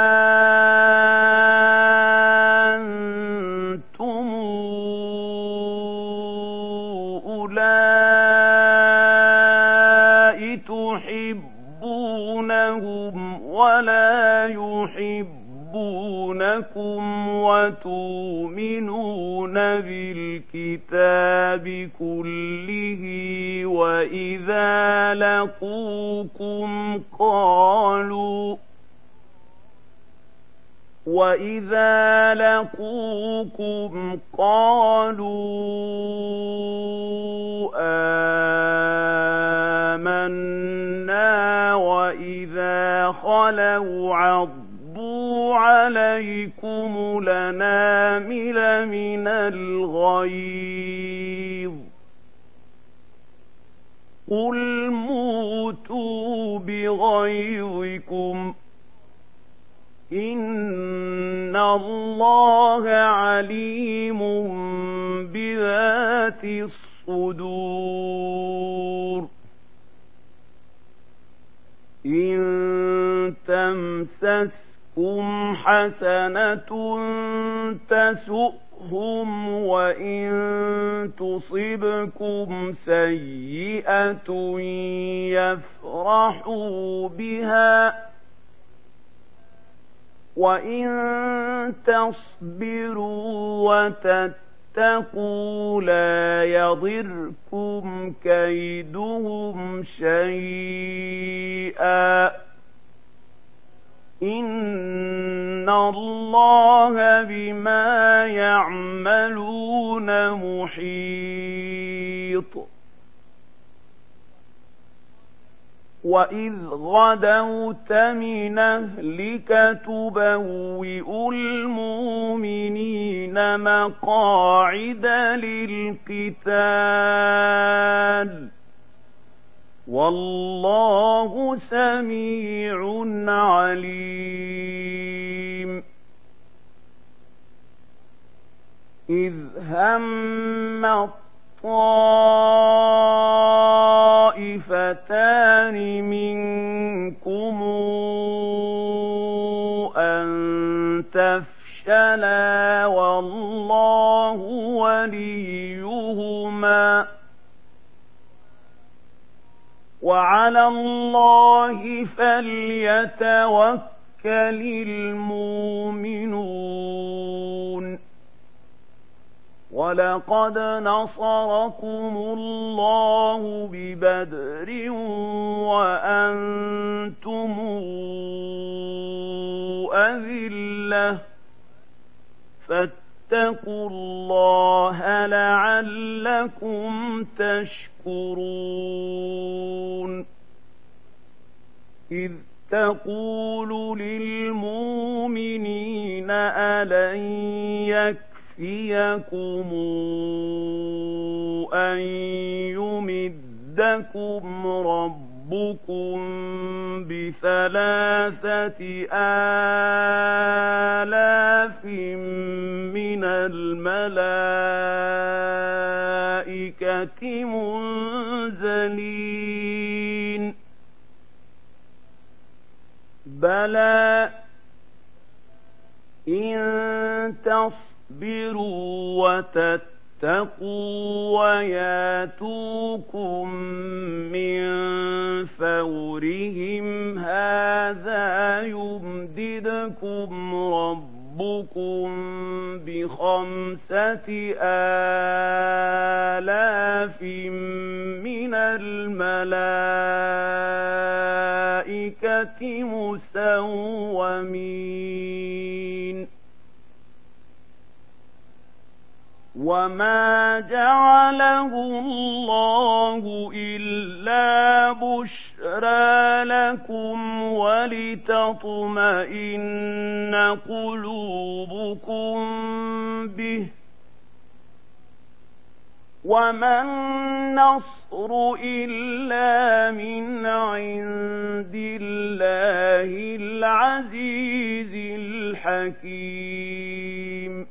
أنتم أولئك تحبونهم ولا يحبونكم وتؤمنون بالكتاب كله وإذا لقوكم قالوا آمنا وإذا خلوا عضوا عليكم الأنامل من الغيظ قل موتوا بغيظكم إن الله عليم بذات الصدور إن تمسسكم حسنة تسؤهم وإن تصبكم سيئة يفرحوا بها وإن تصبروا وتتقوا لا يضركم كيدهم شيئا إن الله بما يعملون محيط وإذ غدوت من أهلك تبوئ المؤمنين مقاعد للقتال والله سميع عليم إذ هم الطائفتان منكم أن تفشلا والله وليهما وعلى الله فليتوكل المؤمنون ولقد نصركم الله ببدر وأنتم أذلة فاتقوا الله لعلكم تشكرون إذ تقول للمؤمنين ألن يكفيكم أن يمدكم ربكم ب3,000 من الملائكة منزلين بلى إن تصبروا وتتقوا وياتوكم من فورهم هذا يمددكم ربكم ب5,000 من الملائكة مسومين وما جعله الله إلا بشرى لكم ولتطمئن قلوبكم به وما النصر إلا من عند الله العزيز الحكيم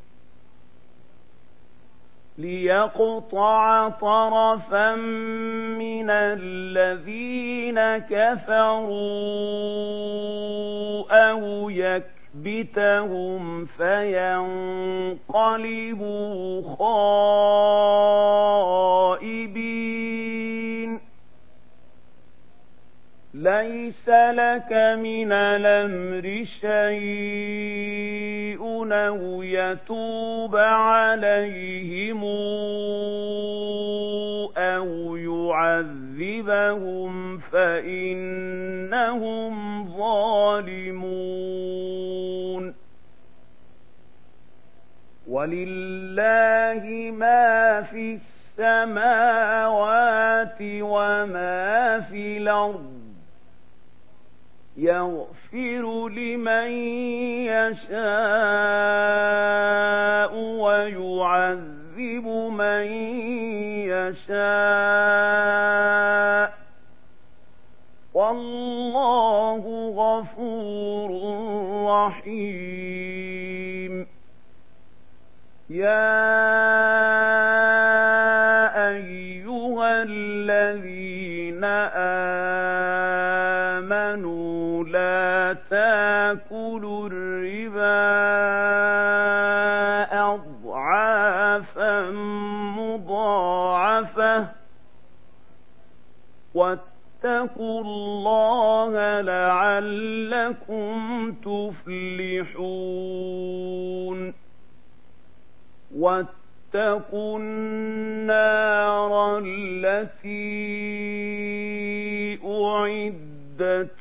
ليقطع طرفا من الذين كفروا أو يكبتهم فينقلبوا خائبين ليس لك من الأمر شيء أو يتوب عليهم أو يعذبهم فإنهم ظالمون ولله ما في السماوات وما في الأرض يغفر لمن يشاء ويعذب من يشاء والله غفور رحيم يا أيها الذين آمنوا لا تأكلوا الربا أضعافا مضاعفة واتقوا الله لعلكم تفلحون واتقوا النار التي أعدت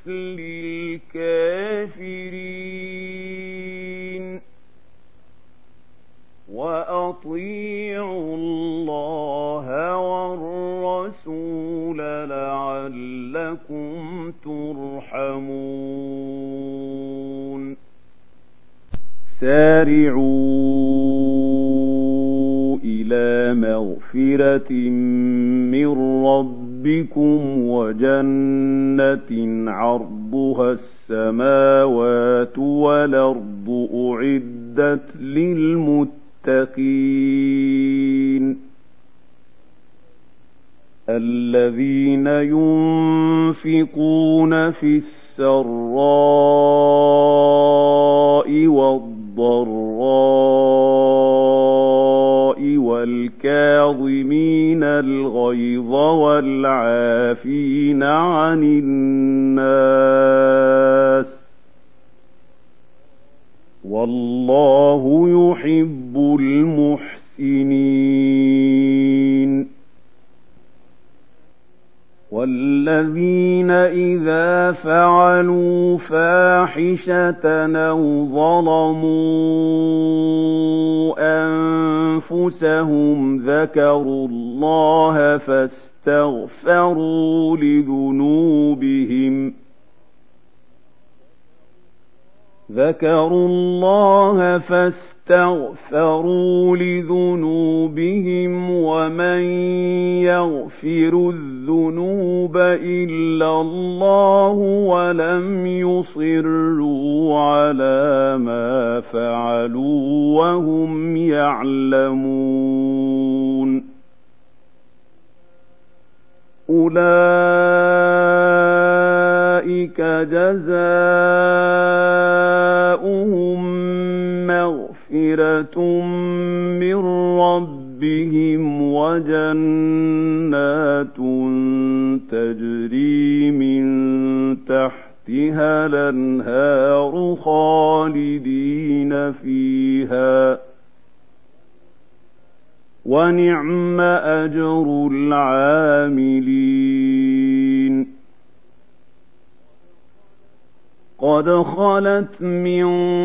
للكافرين وأطيعوا الله والرسول لعلكم ترحمون سارعوا إلى مغفرة من ربكم وجنة عرضها السماوات والأرض أعدت للمتقين للمتقين الذين ينفقون في السراء والضراء والكاظمين الغيظ والعافين عن الناس والله يحب المحسنين والذين إذا فعلوا فاحشة أو ظلموا أنفسهم ذكروا الله فاستغفروا لذنوبهم ومن يغفر الذنوب إلا الله ولم يصروا على ما فعلوا وهم يعلمون أولئك جزاؤهم مغفرة من ربهم وجنات تجري من تحتها الأنهار خالدين فيها ونعم أجر العاملين قد خلت من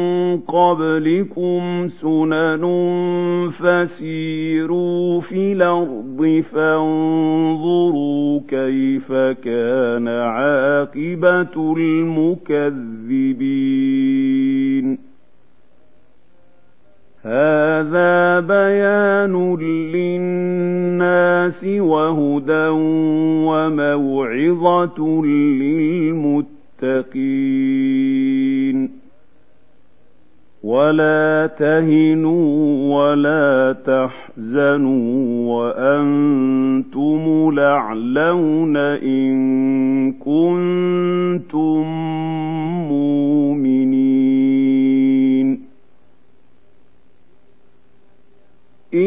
قبلكم سنن فسيروا في الأرض فانظروا كيف كان عاقبة المكذبين هذا بيان للناس وهدى وموعظة للمتقين ولا تهنوا ولا تحزنوا وأنتم الأعلون إن كنتم مؤمنين إن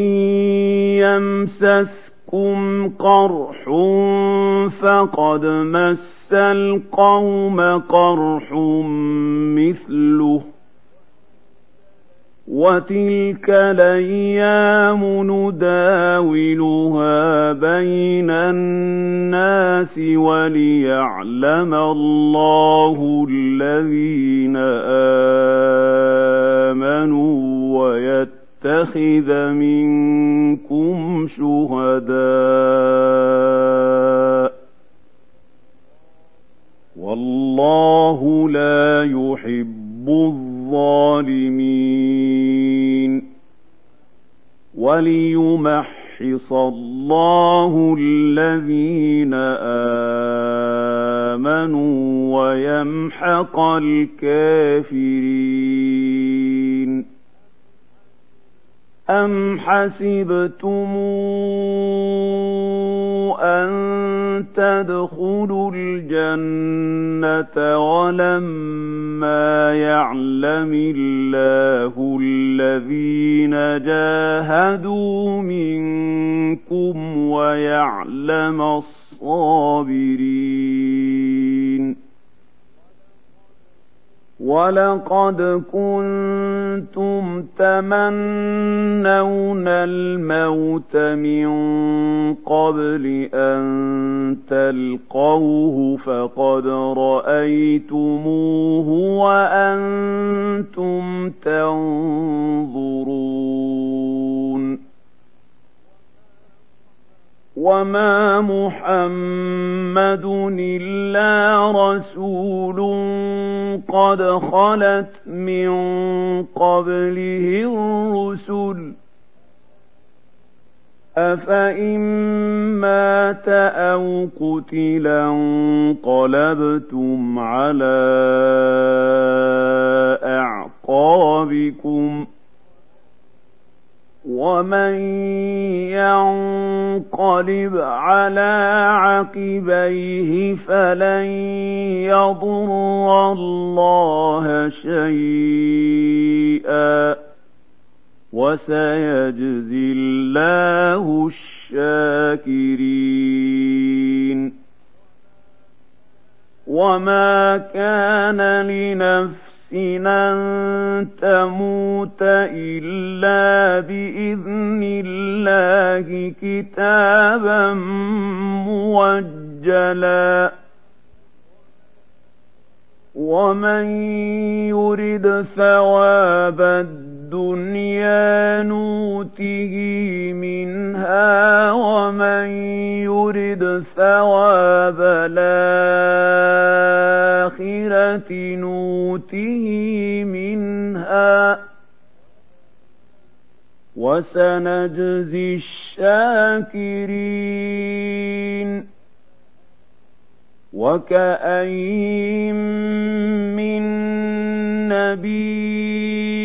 يمسسكم قرح فقد مس القوم قرح مثله وتلك الأيام نداولها بين الناس وليعلم الله الذين آمنوا ويتخذ منكم شهداء والله لا يحب الظالمين وليمحص الله الذين آمنوا ويمحق الكافرين أم حسبتم أن تدخلوا الجنة ولما يعلم الله الذين جاهدوا منكم ويعلم الصابرين ولقد كنتم تمنون الموت من قبل أن تلقوه فقد رأيتموه وأنتم تنظرون وما محمد إلا رسول قد خلت من قبله الرسل أفإن مات أو قتلا انقلبتم على أعقابكم ومن ينقلب على عقبيه فلن يضر الله شيئا وسيجزي الله الشاكرين. وما كان لنفس أن تموت إلا بإذن الله كتابا موجلا. ومن يرد ثواب الدنيا نوته منها ومن يرد ثواب الآخرة نوته منها وسنجزي الشاكرين. وكأين من نبي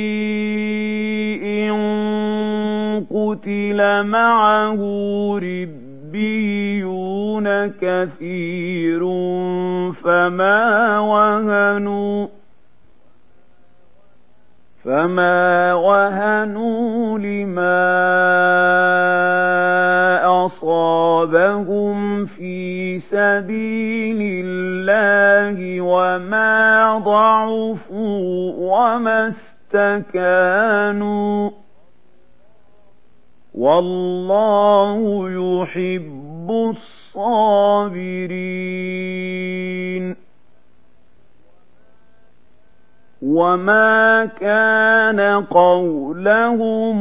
قتل معه ربيون كثير فما وهنوا لما أصابهم في سبيل الله وما ضعفوا وما استكانوا والله يحب الصابرين. وما كان قولهم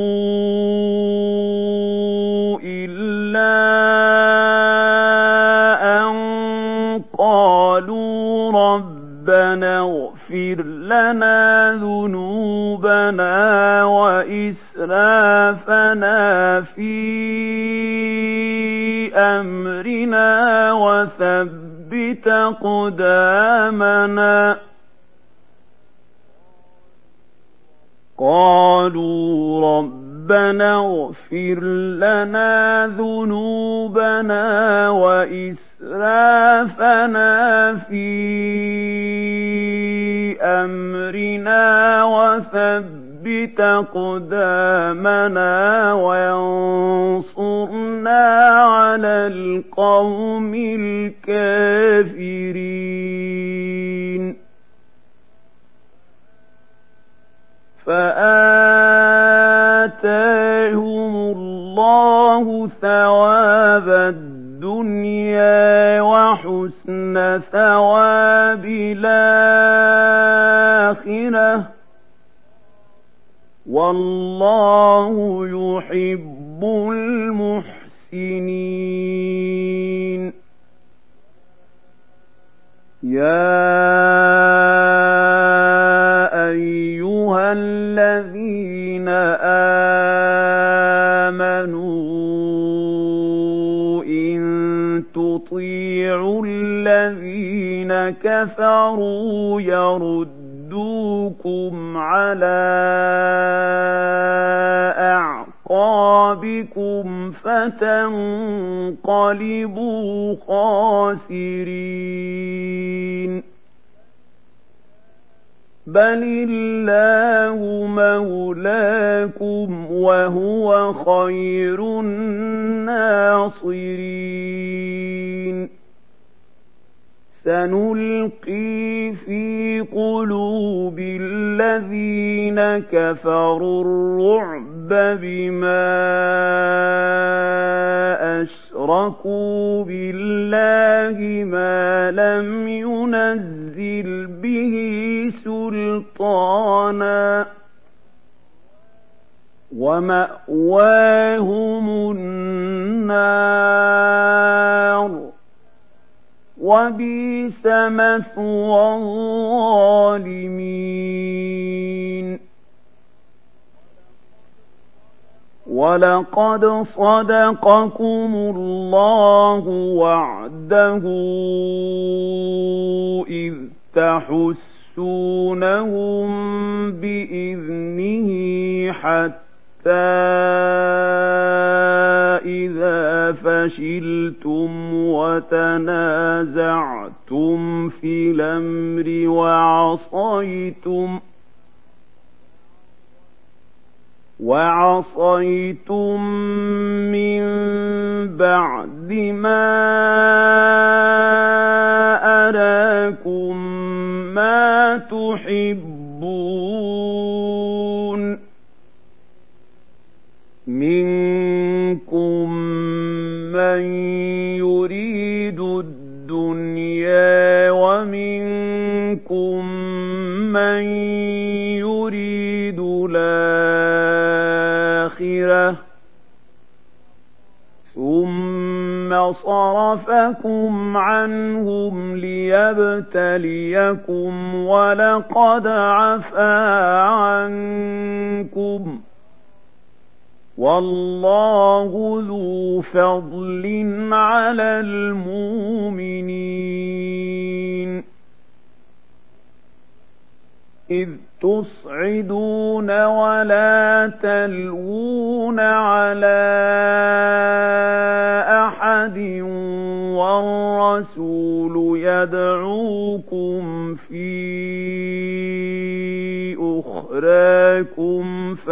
إلا أن قالوا ربنا اغفر لنا ذنوبنا وإسرافنا في أمرنا وثبت أقدامنا. قالوا ربنا اغفر لنا ذنوبنا وإسرافنا في أمرنا وثبت أقدامنا وانصرنا على القوم الكافرين. فآتاهم الله ثواب الدنيا وحسن ثواب الآخرة والله يحب المحسنين. يا أيها الذين آمنوا إن تطيعوا الذين كفروا يردوكم على أعقابكم فتنقلبوا خاسرين. بل الله مولاكم وهو خير الناصرين. سنلقي في قلوب الذين كفروا الرعب بما أشركوا بالله ما لم ينزل به سلطانا ومأواهم النار وبئس مثوى الظالمين. ولقد صدقكم الله وعده إذ تحسونهم بإذنه حتى إذا فشلتم وتنازعتم في الأمر وعصيتم من بعد ما أراكم ما تحبون منكم من يريد الدنيا ومنكم من يريد الآخرة ثم صرفكم عنهم ليبتليكم ولقد عفا عنكم والله ذو فضل على المؤمنين إذ تصعدون ولا تلوون على أحد والرسول يدعوكم في أخراكم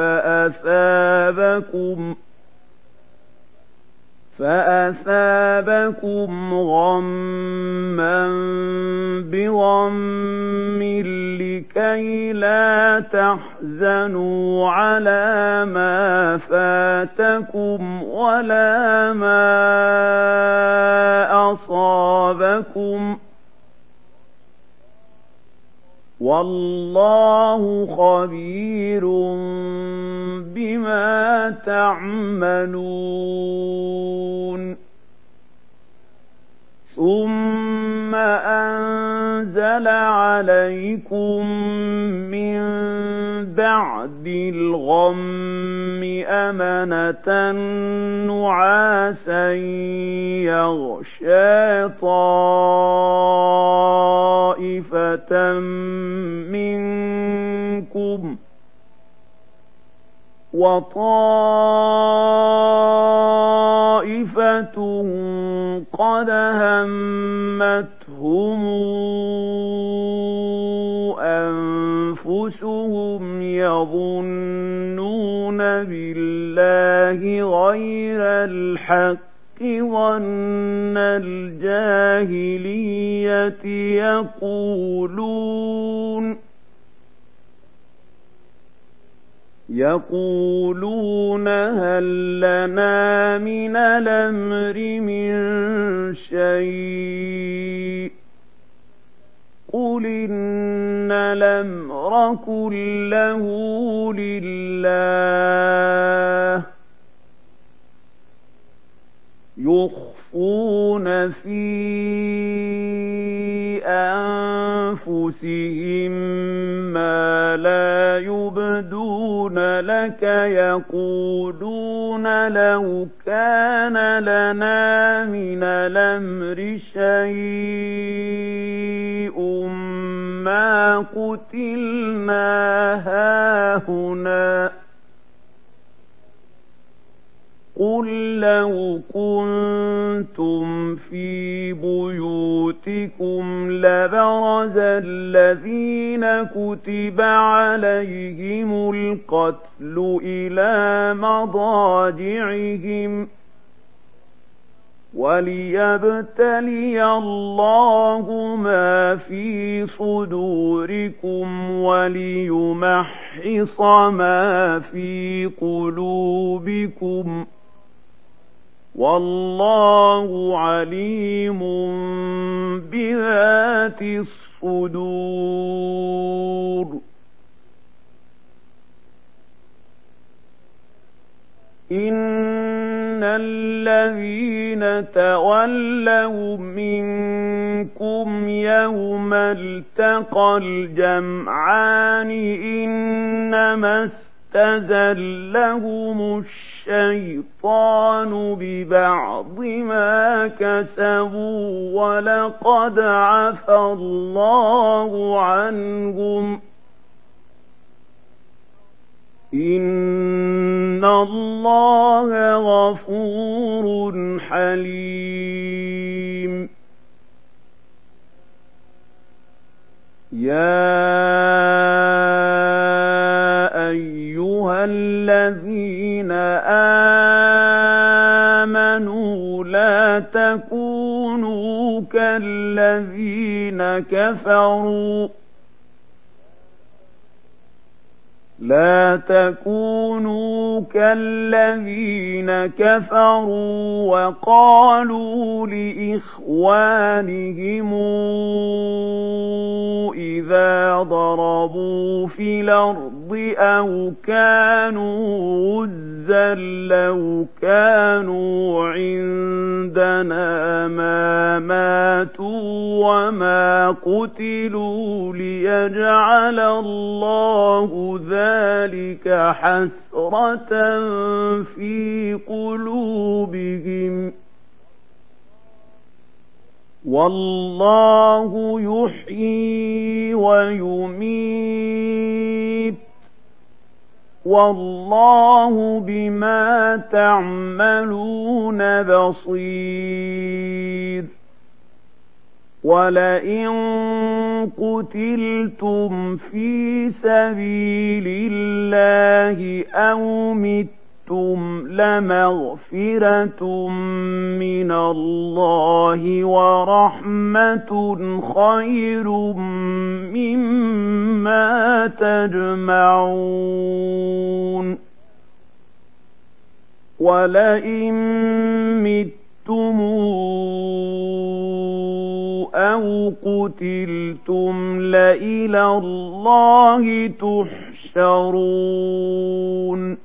فأثابكم غما بغم لكي لا تحزنوا على ما فاتكم ولا ما أصابكم والله خبير بما تعملون ثم أنزل عليكم من بعد الغم أمنة نعاسا يغشى طائفة منكم وطائفة قد همتهم أنفسهم يظنون بالله غير الحق ظن الجاهلية يقولون هل لنا من الأمر من شيء قل إن الأمر كله لله يخفون في أنفسهم ما لا يبدون لك يقولون لو كان لنا من الأمر شيء ما قتلنا هاهنا قل لو كنتم في بيوتكم لبرز الذين كتب عليهم القتل إلى مضاجعهم وليبتلي الله ما في صدوركم وليمحص ما في قلوبكم والله عليم بذات الصدور إن الذين تولوا منكم يوم التقى الجمعان إنما استزلهم الشيطان ببعض ما كسبوا ولقد عفى الله عنهم إن الله غفور حليم يا أيها الذين آمنوا لا تكونوا كالذين كفروا وقالوا لإخوانهم إذا ضربوا في الأرض أو كانوا غزا لو كانوا عندنا ما ماتوا وما قتلوا ليجعل الله ذلك حسرة في قلوبهم والله يحيي ويميت والله بما تعملون بصير ولئن قتلتم في سبيل الله أو متم لمغفرة من الله ورحمة خير مما تجمعون ولئن متم أو قتلتم لإلى الله تحشرون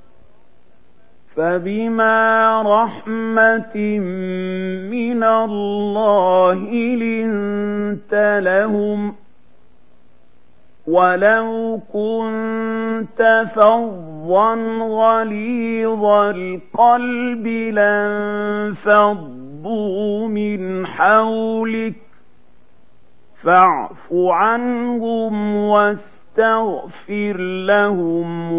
فبما رحمة من الله لنت لهم ولو كنت فظا غليظ القلب لانفضوا من حولك فاعف عنهم واستغفر لهم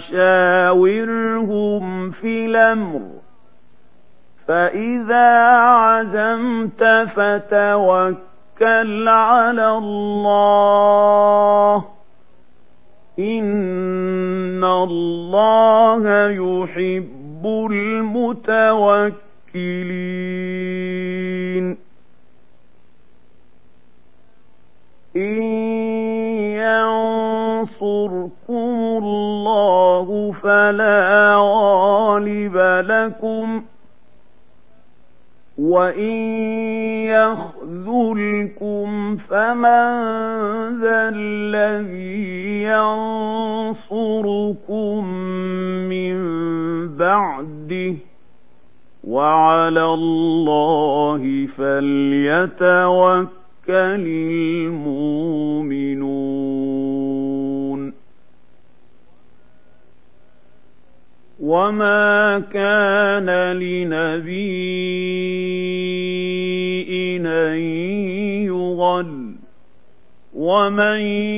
وشاورهم في الأمر فإذا عزمت فتوكل على الله إن الله يحب المتوكلين إن ينصركم الله فلا غالب لكم وإن يخذلكم فمن ذا الذي ينصركم من بعده وعلى الله فليتوكل المؤمنون وما كان لنبي أن يغل ومن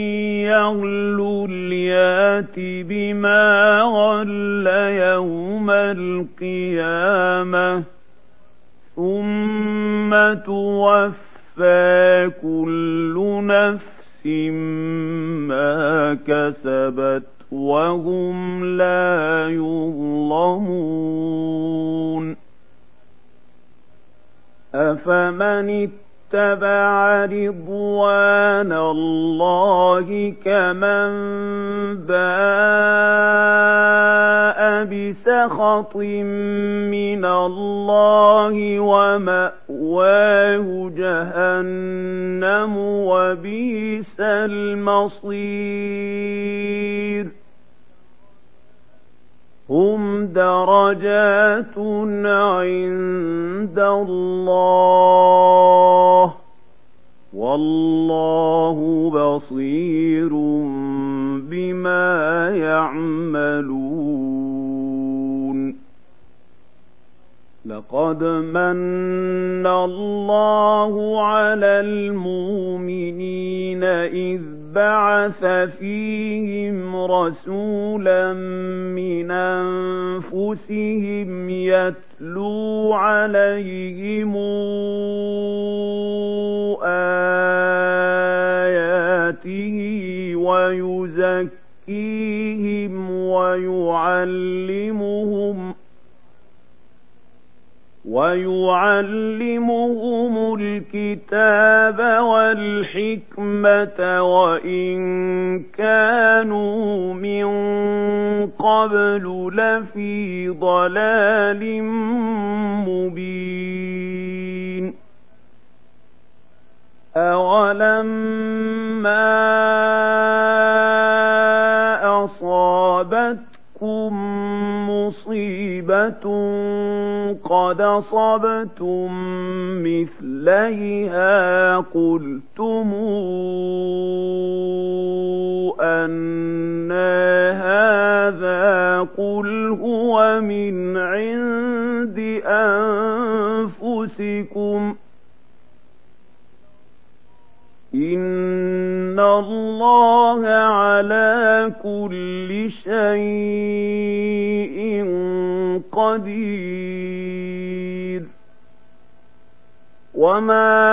يغل يات بما غل يوم القيامة ثم توفى كل نفس ما كسبت وهم لا يظلمون أفمن اتبع رضوان الله كمن باء بسخط من الله ومأواه جهنم وبئس المصير هم درجات عند الله والله بصير بما يعملون لقد من الله على المؤمنين إذ بعث فيهم رسولا من أنفسهم يتلو عليهم آياته ويزكيهم ويعلمهم الكتاب والحكمة وإن كانوا من قبل لفي ضلال مبين أولما أصابتكم مصيبة قد أصبتم مثليها قلتم أنى هذا قل هو من عند أنفسكم إن الله على كل شيء قدير وما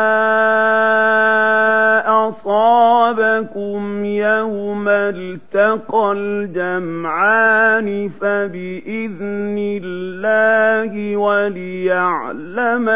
أصابكم يوم التقى الجمعان فبإذن الله وليعلم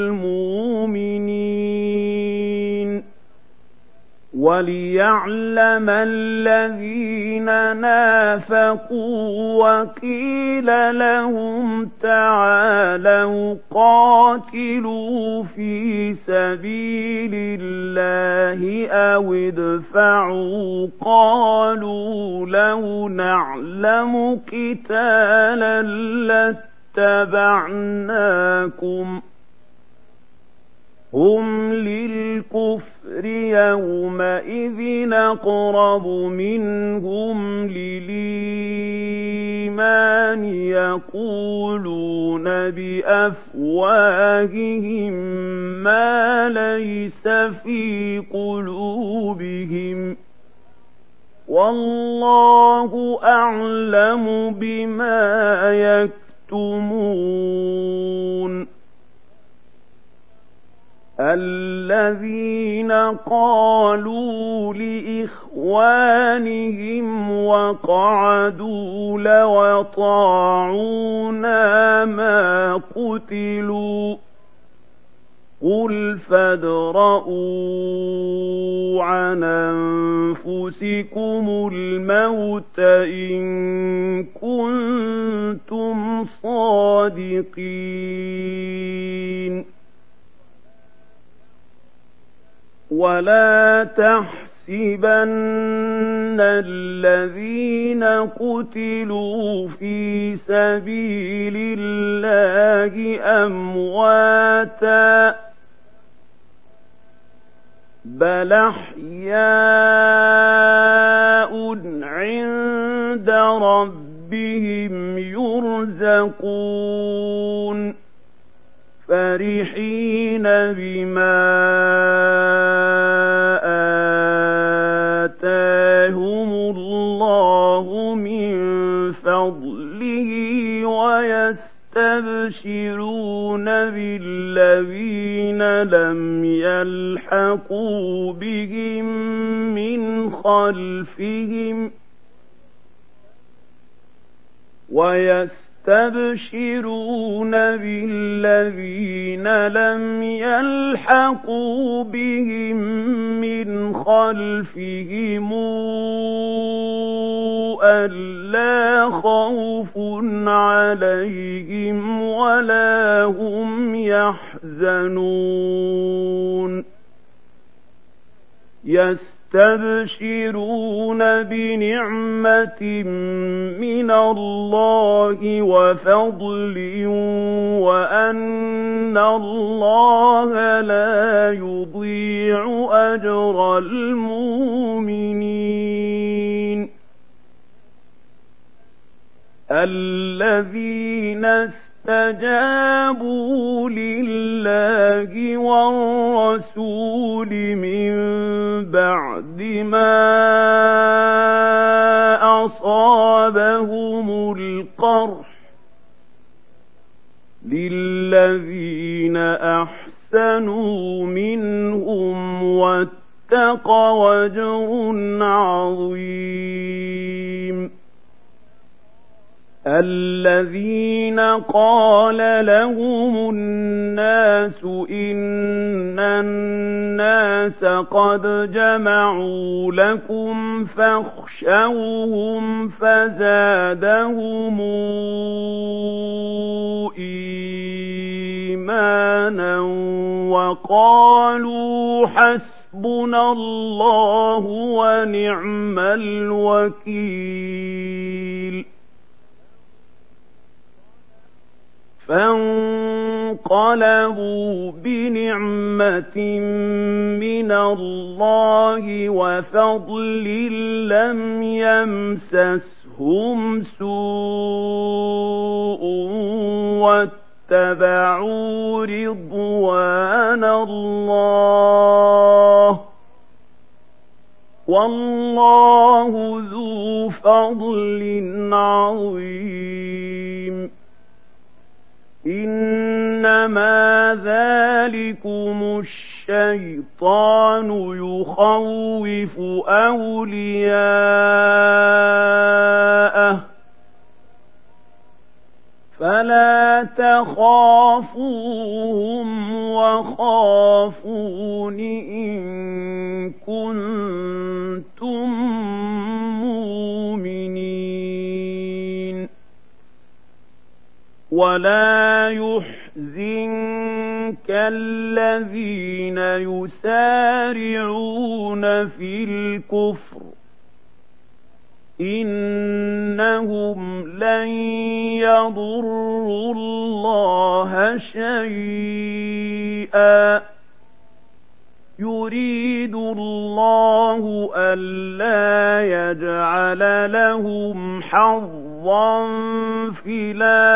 الذين نافقوا وقيل لهم تعالوا قاتلوا في سبيل الله أو ادفعوا قالوا لو نعلم قتالا لاتبعناكم هم للكفر يومئذ أقرب منهم للإيمان يقولون بأفواههم ما ليس في قلوبهم والله أعلم بما يكتمون الذين قالوا لإخوانهم وقعدوا لو أطاعونا ما قتلوا قل فادرءوا عن أنفسكم الموت إن كنتم صادقين ولا تحسبن الذين قتلوا في سبيل الله أمواتا بل أحياء عند ربهم يرزقون فرحين بما آتاهم الله من فضله ويستبشرون بالذين لم يلحقوا بهم من خلفهم يستبشرون بالذين لم يلحقوا بهم من خلفهم ألا خوف عليهم ولا هم يحزنون يستبشرون بنعمة من الله وفضل وأن الله لا يضيع أجر المؤمنين الذين اسْتَجَابُوا لِلَّهِ وَالرَّسُولِ مِن بَعْدِ مَا أَصَابَهُمُ الْقَرْحُ لِلَّذِينَ أَحْسَنُوا مِنْهُمْ وَاتَّقَوْا أَجْرٌ عَظِيمٌ الَّذِينَ قَالَ لَهُمُ النَّاسُ إِنَّ النَّاسَ قَدْ جَمَعُوا لَكُمْ فَاخْشَوْهُمْ فَزَادَهُمْ إِيمَانًا وَقَالُوا حَسْبُنَا اللَّهُ وَنِعْمَ الْوَكِيلُ فانقلبوا بنعمة من الله وفضل لم يمسسهم سوء واتبعوا رضوان الله والله ذو فضل عظيم إنما ذلكم الشيطان يخوف أولياءه فلا تخافوهم وخافون إن كنتم مؤمنين ولا يحزنك الذين يسارعون في الكفر إنهم لن يضروا الله شيئا يريد الله ألا يجعل لهم حظا في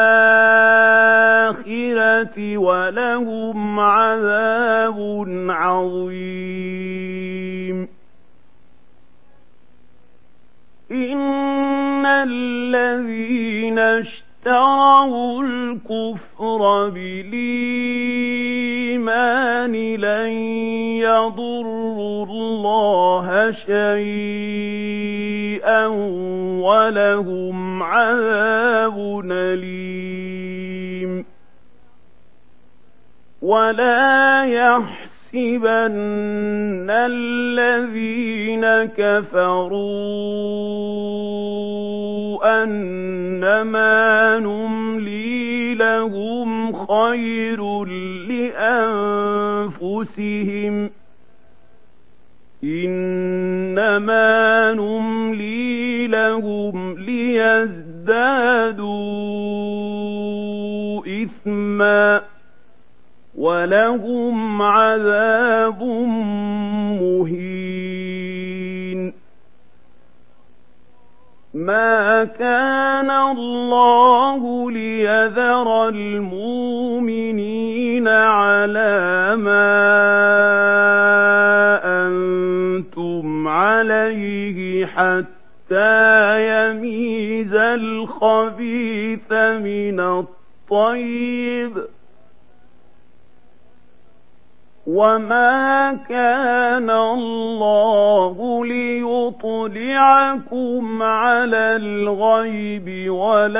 الآخرة ولهم عذاب عظيم إن الذين اشتروا الكفر بالإيمان لن يضروا الله شيئا ولهم عذاب أليم ولا يحسبن الذين كفروا أنما نملي لهم خير لأنفسهم إنما نملي لهم ليزدادوا إثما ولهم عذاب مهين ما كان الله ليذر المؤمنين على ما أنتم عليه حتى يميز الخبيث من الطيب وما كان الله ليطلعكم على الغيب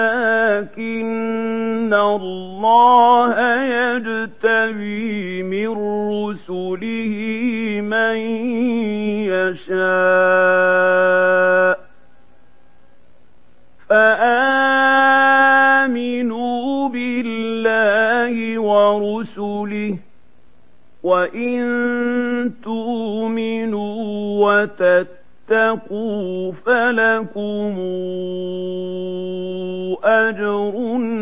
ولكن الله يجتبي من رسله من يشاء فآمنوا بالله ورسله وإن تؤمنوا وتتقوا فلكم أجر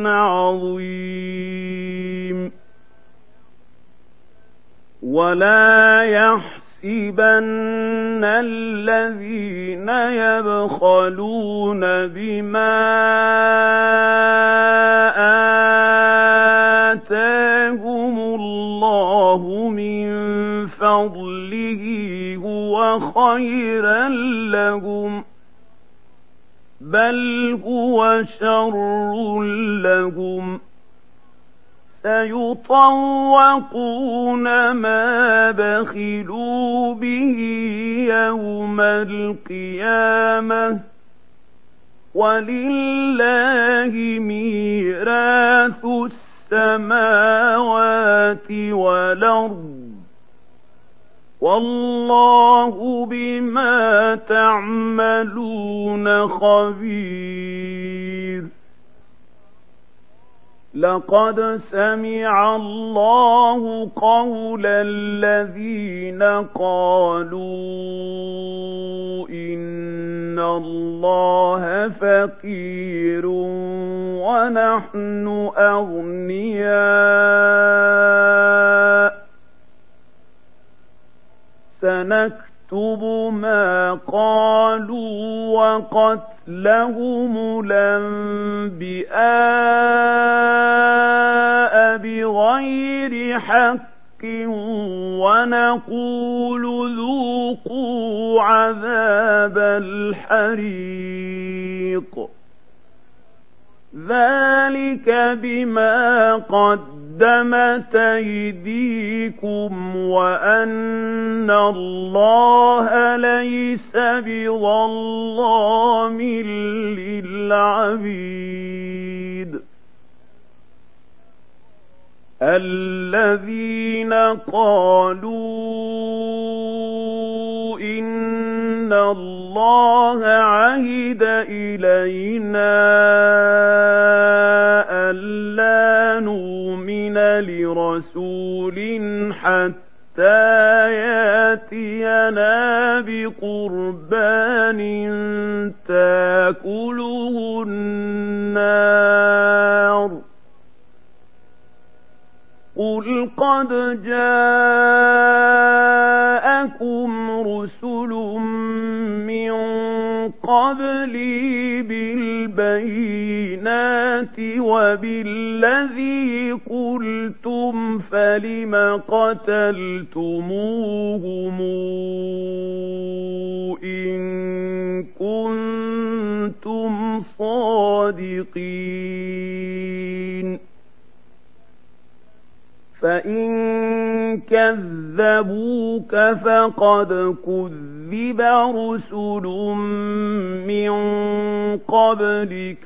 عظيم ولا يحسبن الذين يبخلون بما فضله هو خيرا لهم بل هو شر لهم سيطوقون ما بخلوا به يوم القيامة ولله ميراث السماوات والأرض والله بما تعملون خبير لقد سمع الله قول الذين قالوا إن الله فقير ونحن أغنياء سنكتب ما قالوا وقتلهم الأنبياء بغير حق ونقول ذوقوا عذاب الحريق ذلك بما قدمت أيديكم وأن الله ليس بظلام للعبيد الذين قالوا إن الله عهد إلينا ألا نؤمن لرسول حتى يأتينا بقربان تأكله النار قل قد جاءكم رسل من قبلي بالبينات وبالذي قلتم فلم قتلتموهم إن كنتم صادقين فإن كذبوك فقد كذب رسل من قبلك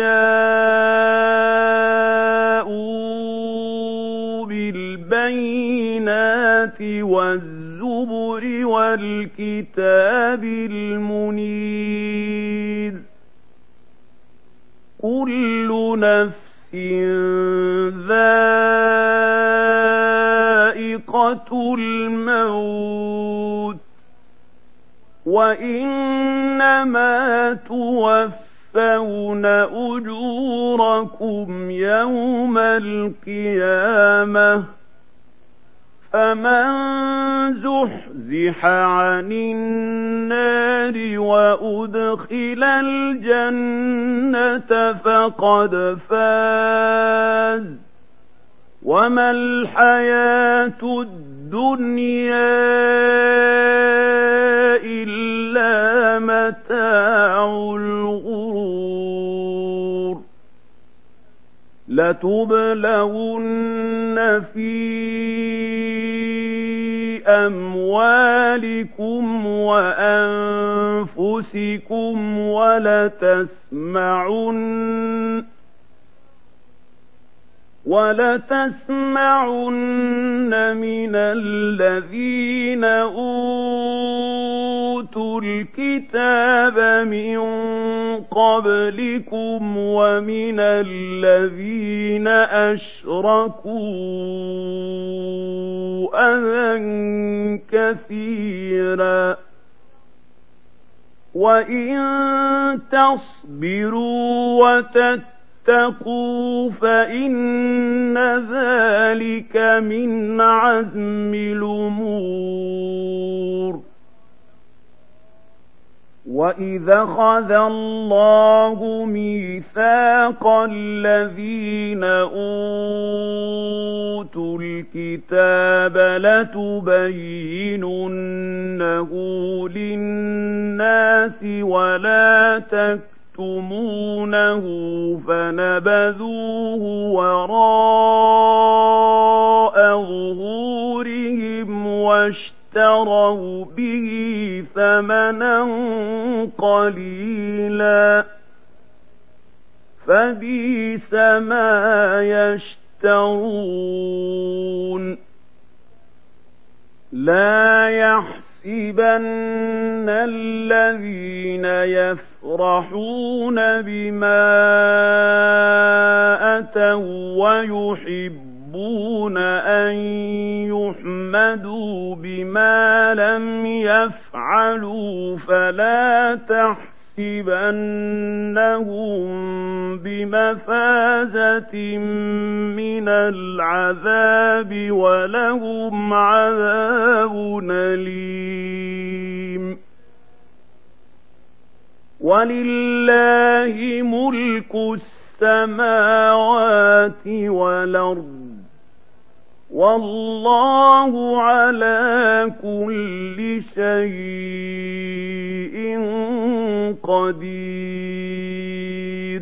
جاءوا بالبينات والزبر والكتاب المنير كل نفس ذائقة الموت وإنما توفون أجوركم يوم القيامة فمن زحزح عن النار وأدخل الجنة فقد فاز وما الحياة الدنيا إلا متاع الغرور لتبلغن في أموالكم وأنفسكم ولتسمعن من الذين أوتوا الكتاب من قبلكم ومن الذين أشركوا أذى كثيرا وإن تصبروا وتتقوا فإن ذلك من عزم الأمور وإذا أخذ الله ميثاق الذين أوتوا الكتاب الكتاب لتبيننه للناس ولا تكتمونه فنبذوه وراء ظهورهم واشتروا به ثمنا قليلا فبئس ما يشترون لا يحسبن الذين يفرحون بما أتوا ويحبون أن يحمدوا بما لم يفعلوا فلا تحسبنهم بمفازة من العذاب ولهم عذاب أليم ولله ملك السماوات والأرض والله على كل شيء قدير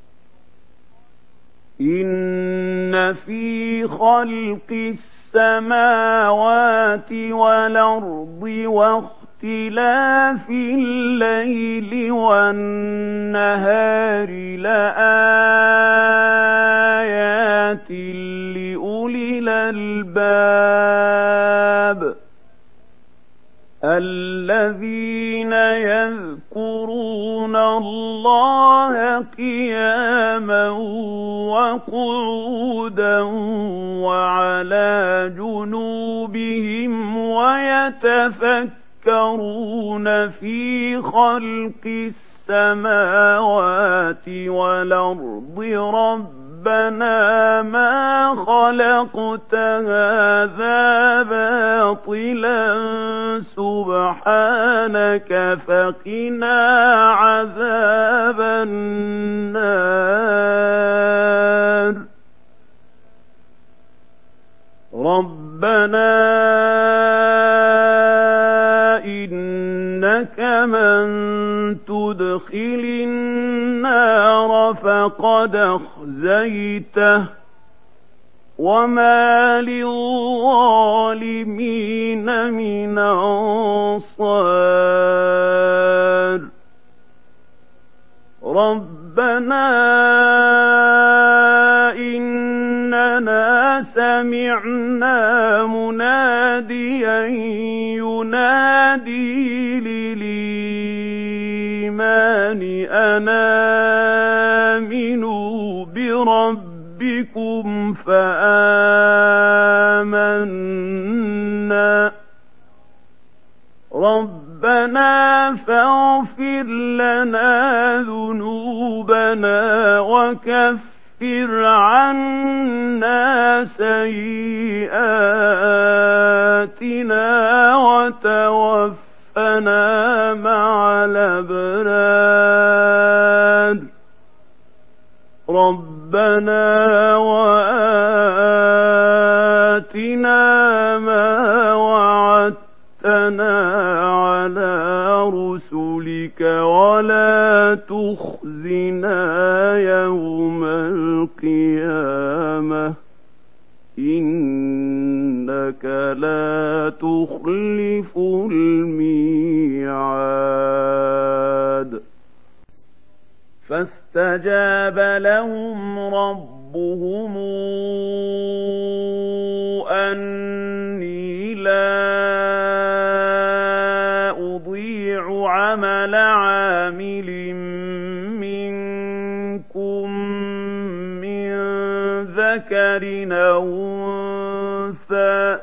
إن في خلق السماوات والأرض واختلاف الليل والنهار لآيات لأولي الألباب الذين يذكرون الله قياما وقعودا وعلى جنوبهم ويتفكرون في خلق السماوات والأرض ربنا ما خلقت هذا باطلا سبحانك فقنا عذاب النار ربنا إنك من تدخل النار فقد أخزيته وما للظالمين من أنصار ربنا إننا سمعنا مناديا ينادي للإيمان أن آمنوا بربكم فآمنا ربنا فاغفر لنا ذنوبنا وكفر عنا سيئاتنا وتوفنا مع الأبرار ربنا وآتنا ما وعدتنا على رسلك ولا تخزنا يوم القيامة إنك لا تخلف الميعاد فاستجاب لهم ربهم أني لا أضيع عمل عامل منكم من ذكر أو أنثى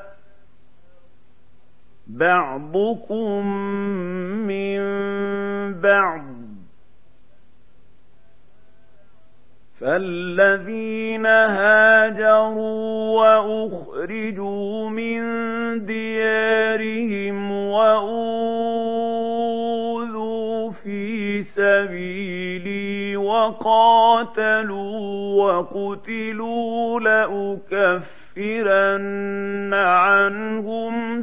بعضكم من بعض فالذين هاجروا وأخرجوا من ديارهم وأوذوا في سبيلي وقاتلوا وقتلوا لأكفرن عنهم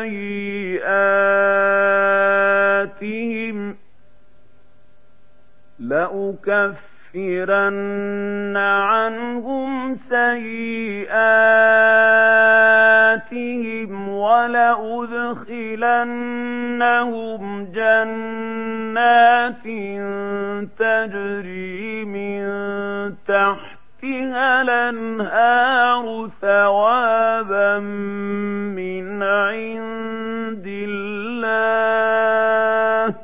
سيئاتهم ولأدخلنهم جنات تجري من تحتها الأنهار ثوابا من عند الله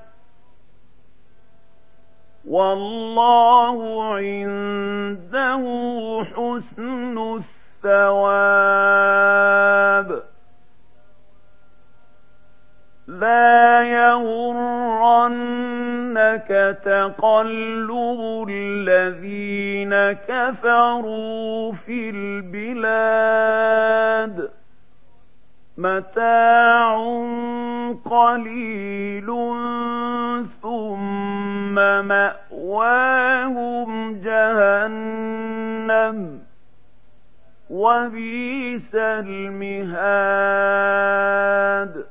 والله عنده حسن الثواب. لا يغرنك تقلب الذين كفروا في البلاد متاع قليل ثم مأواهم جهنم وبئس المهاد.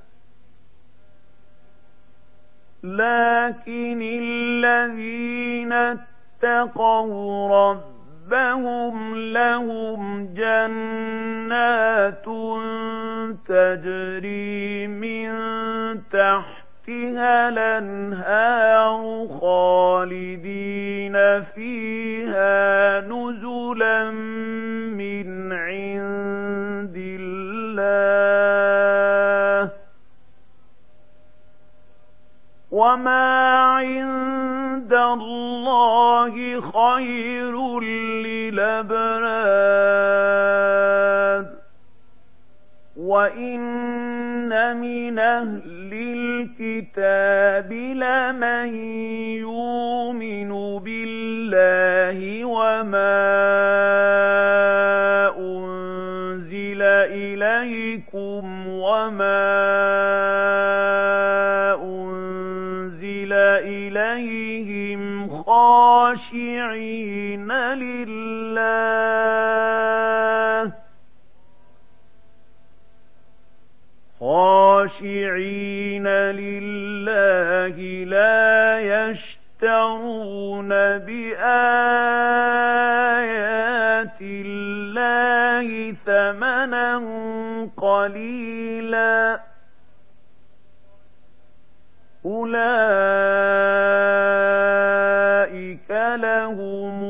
لكن الذين اتقوا ربهم لهم جنات تجري من تحتها الأنهار خالدين فيها نزلا من عند الله وما عند الله خير للأبرار. وإن من أهل الكتاب لمن يؤمن بالله وما أنزل إليكم وما أنزل إليهم خاشعين لله لا يشترون بآيات الله ثمنا قليلا أولئك لهم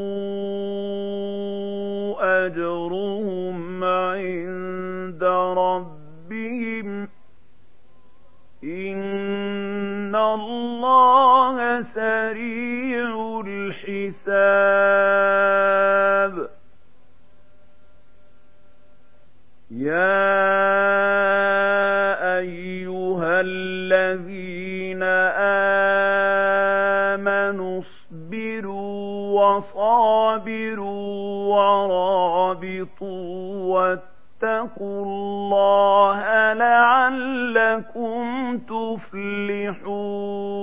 أجرهم عند ربهم إن الله سريع الحساب. يا أيها الذين آمنوا اصبروا وصابروا ورابطوا واتقوا الله لعلكم تفلحون.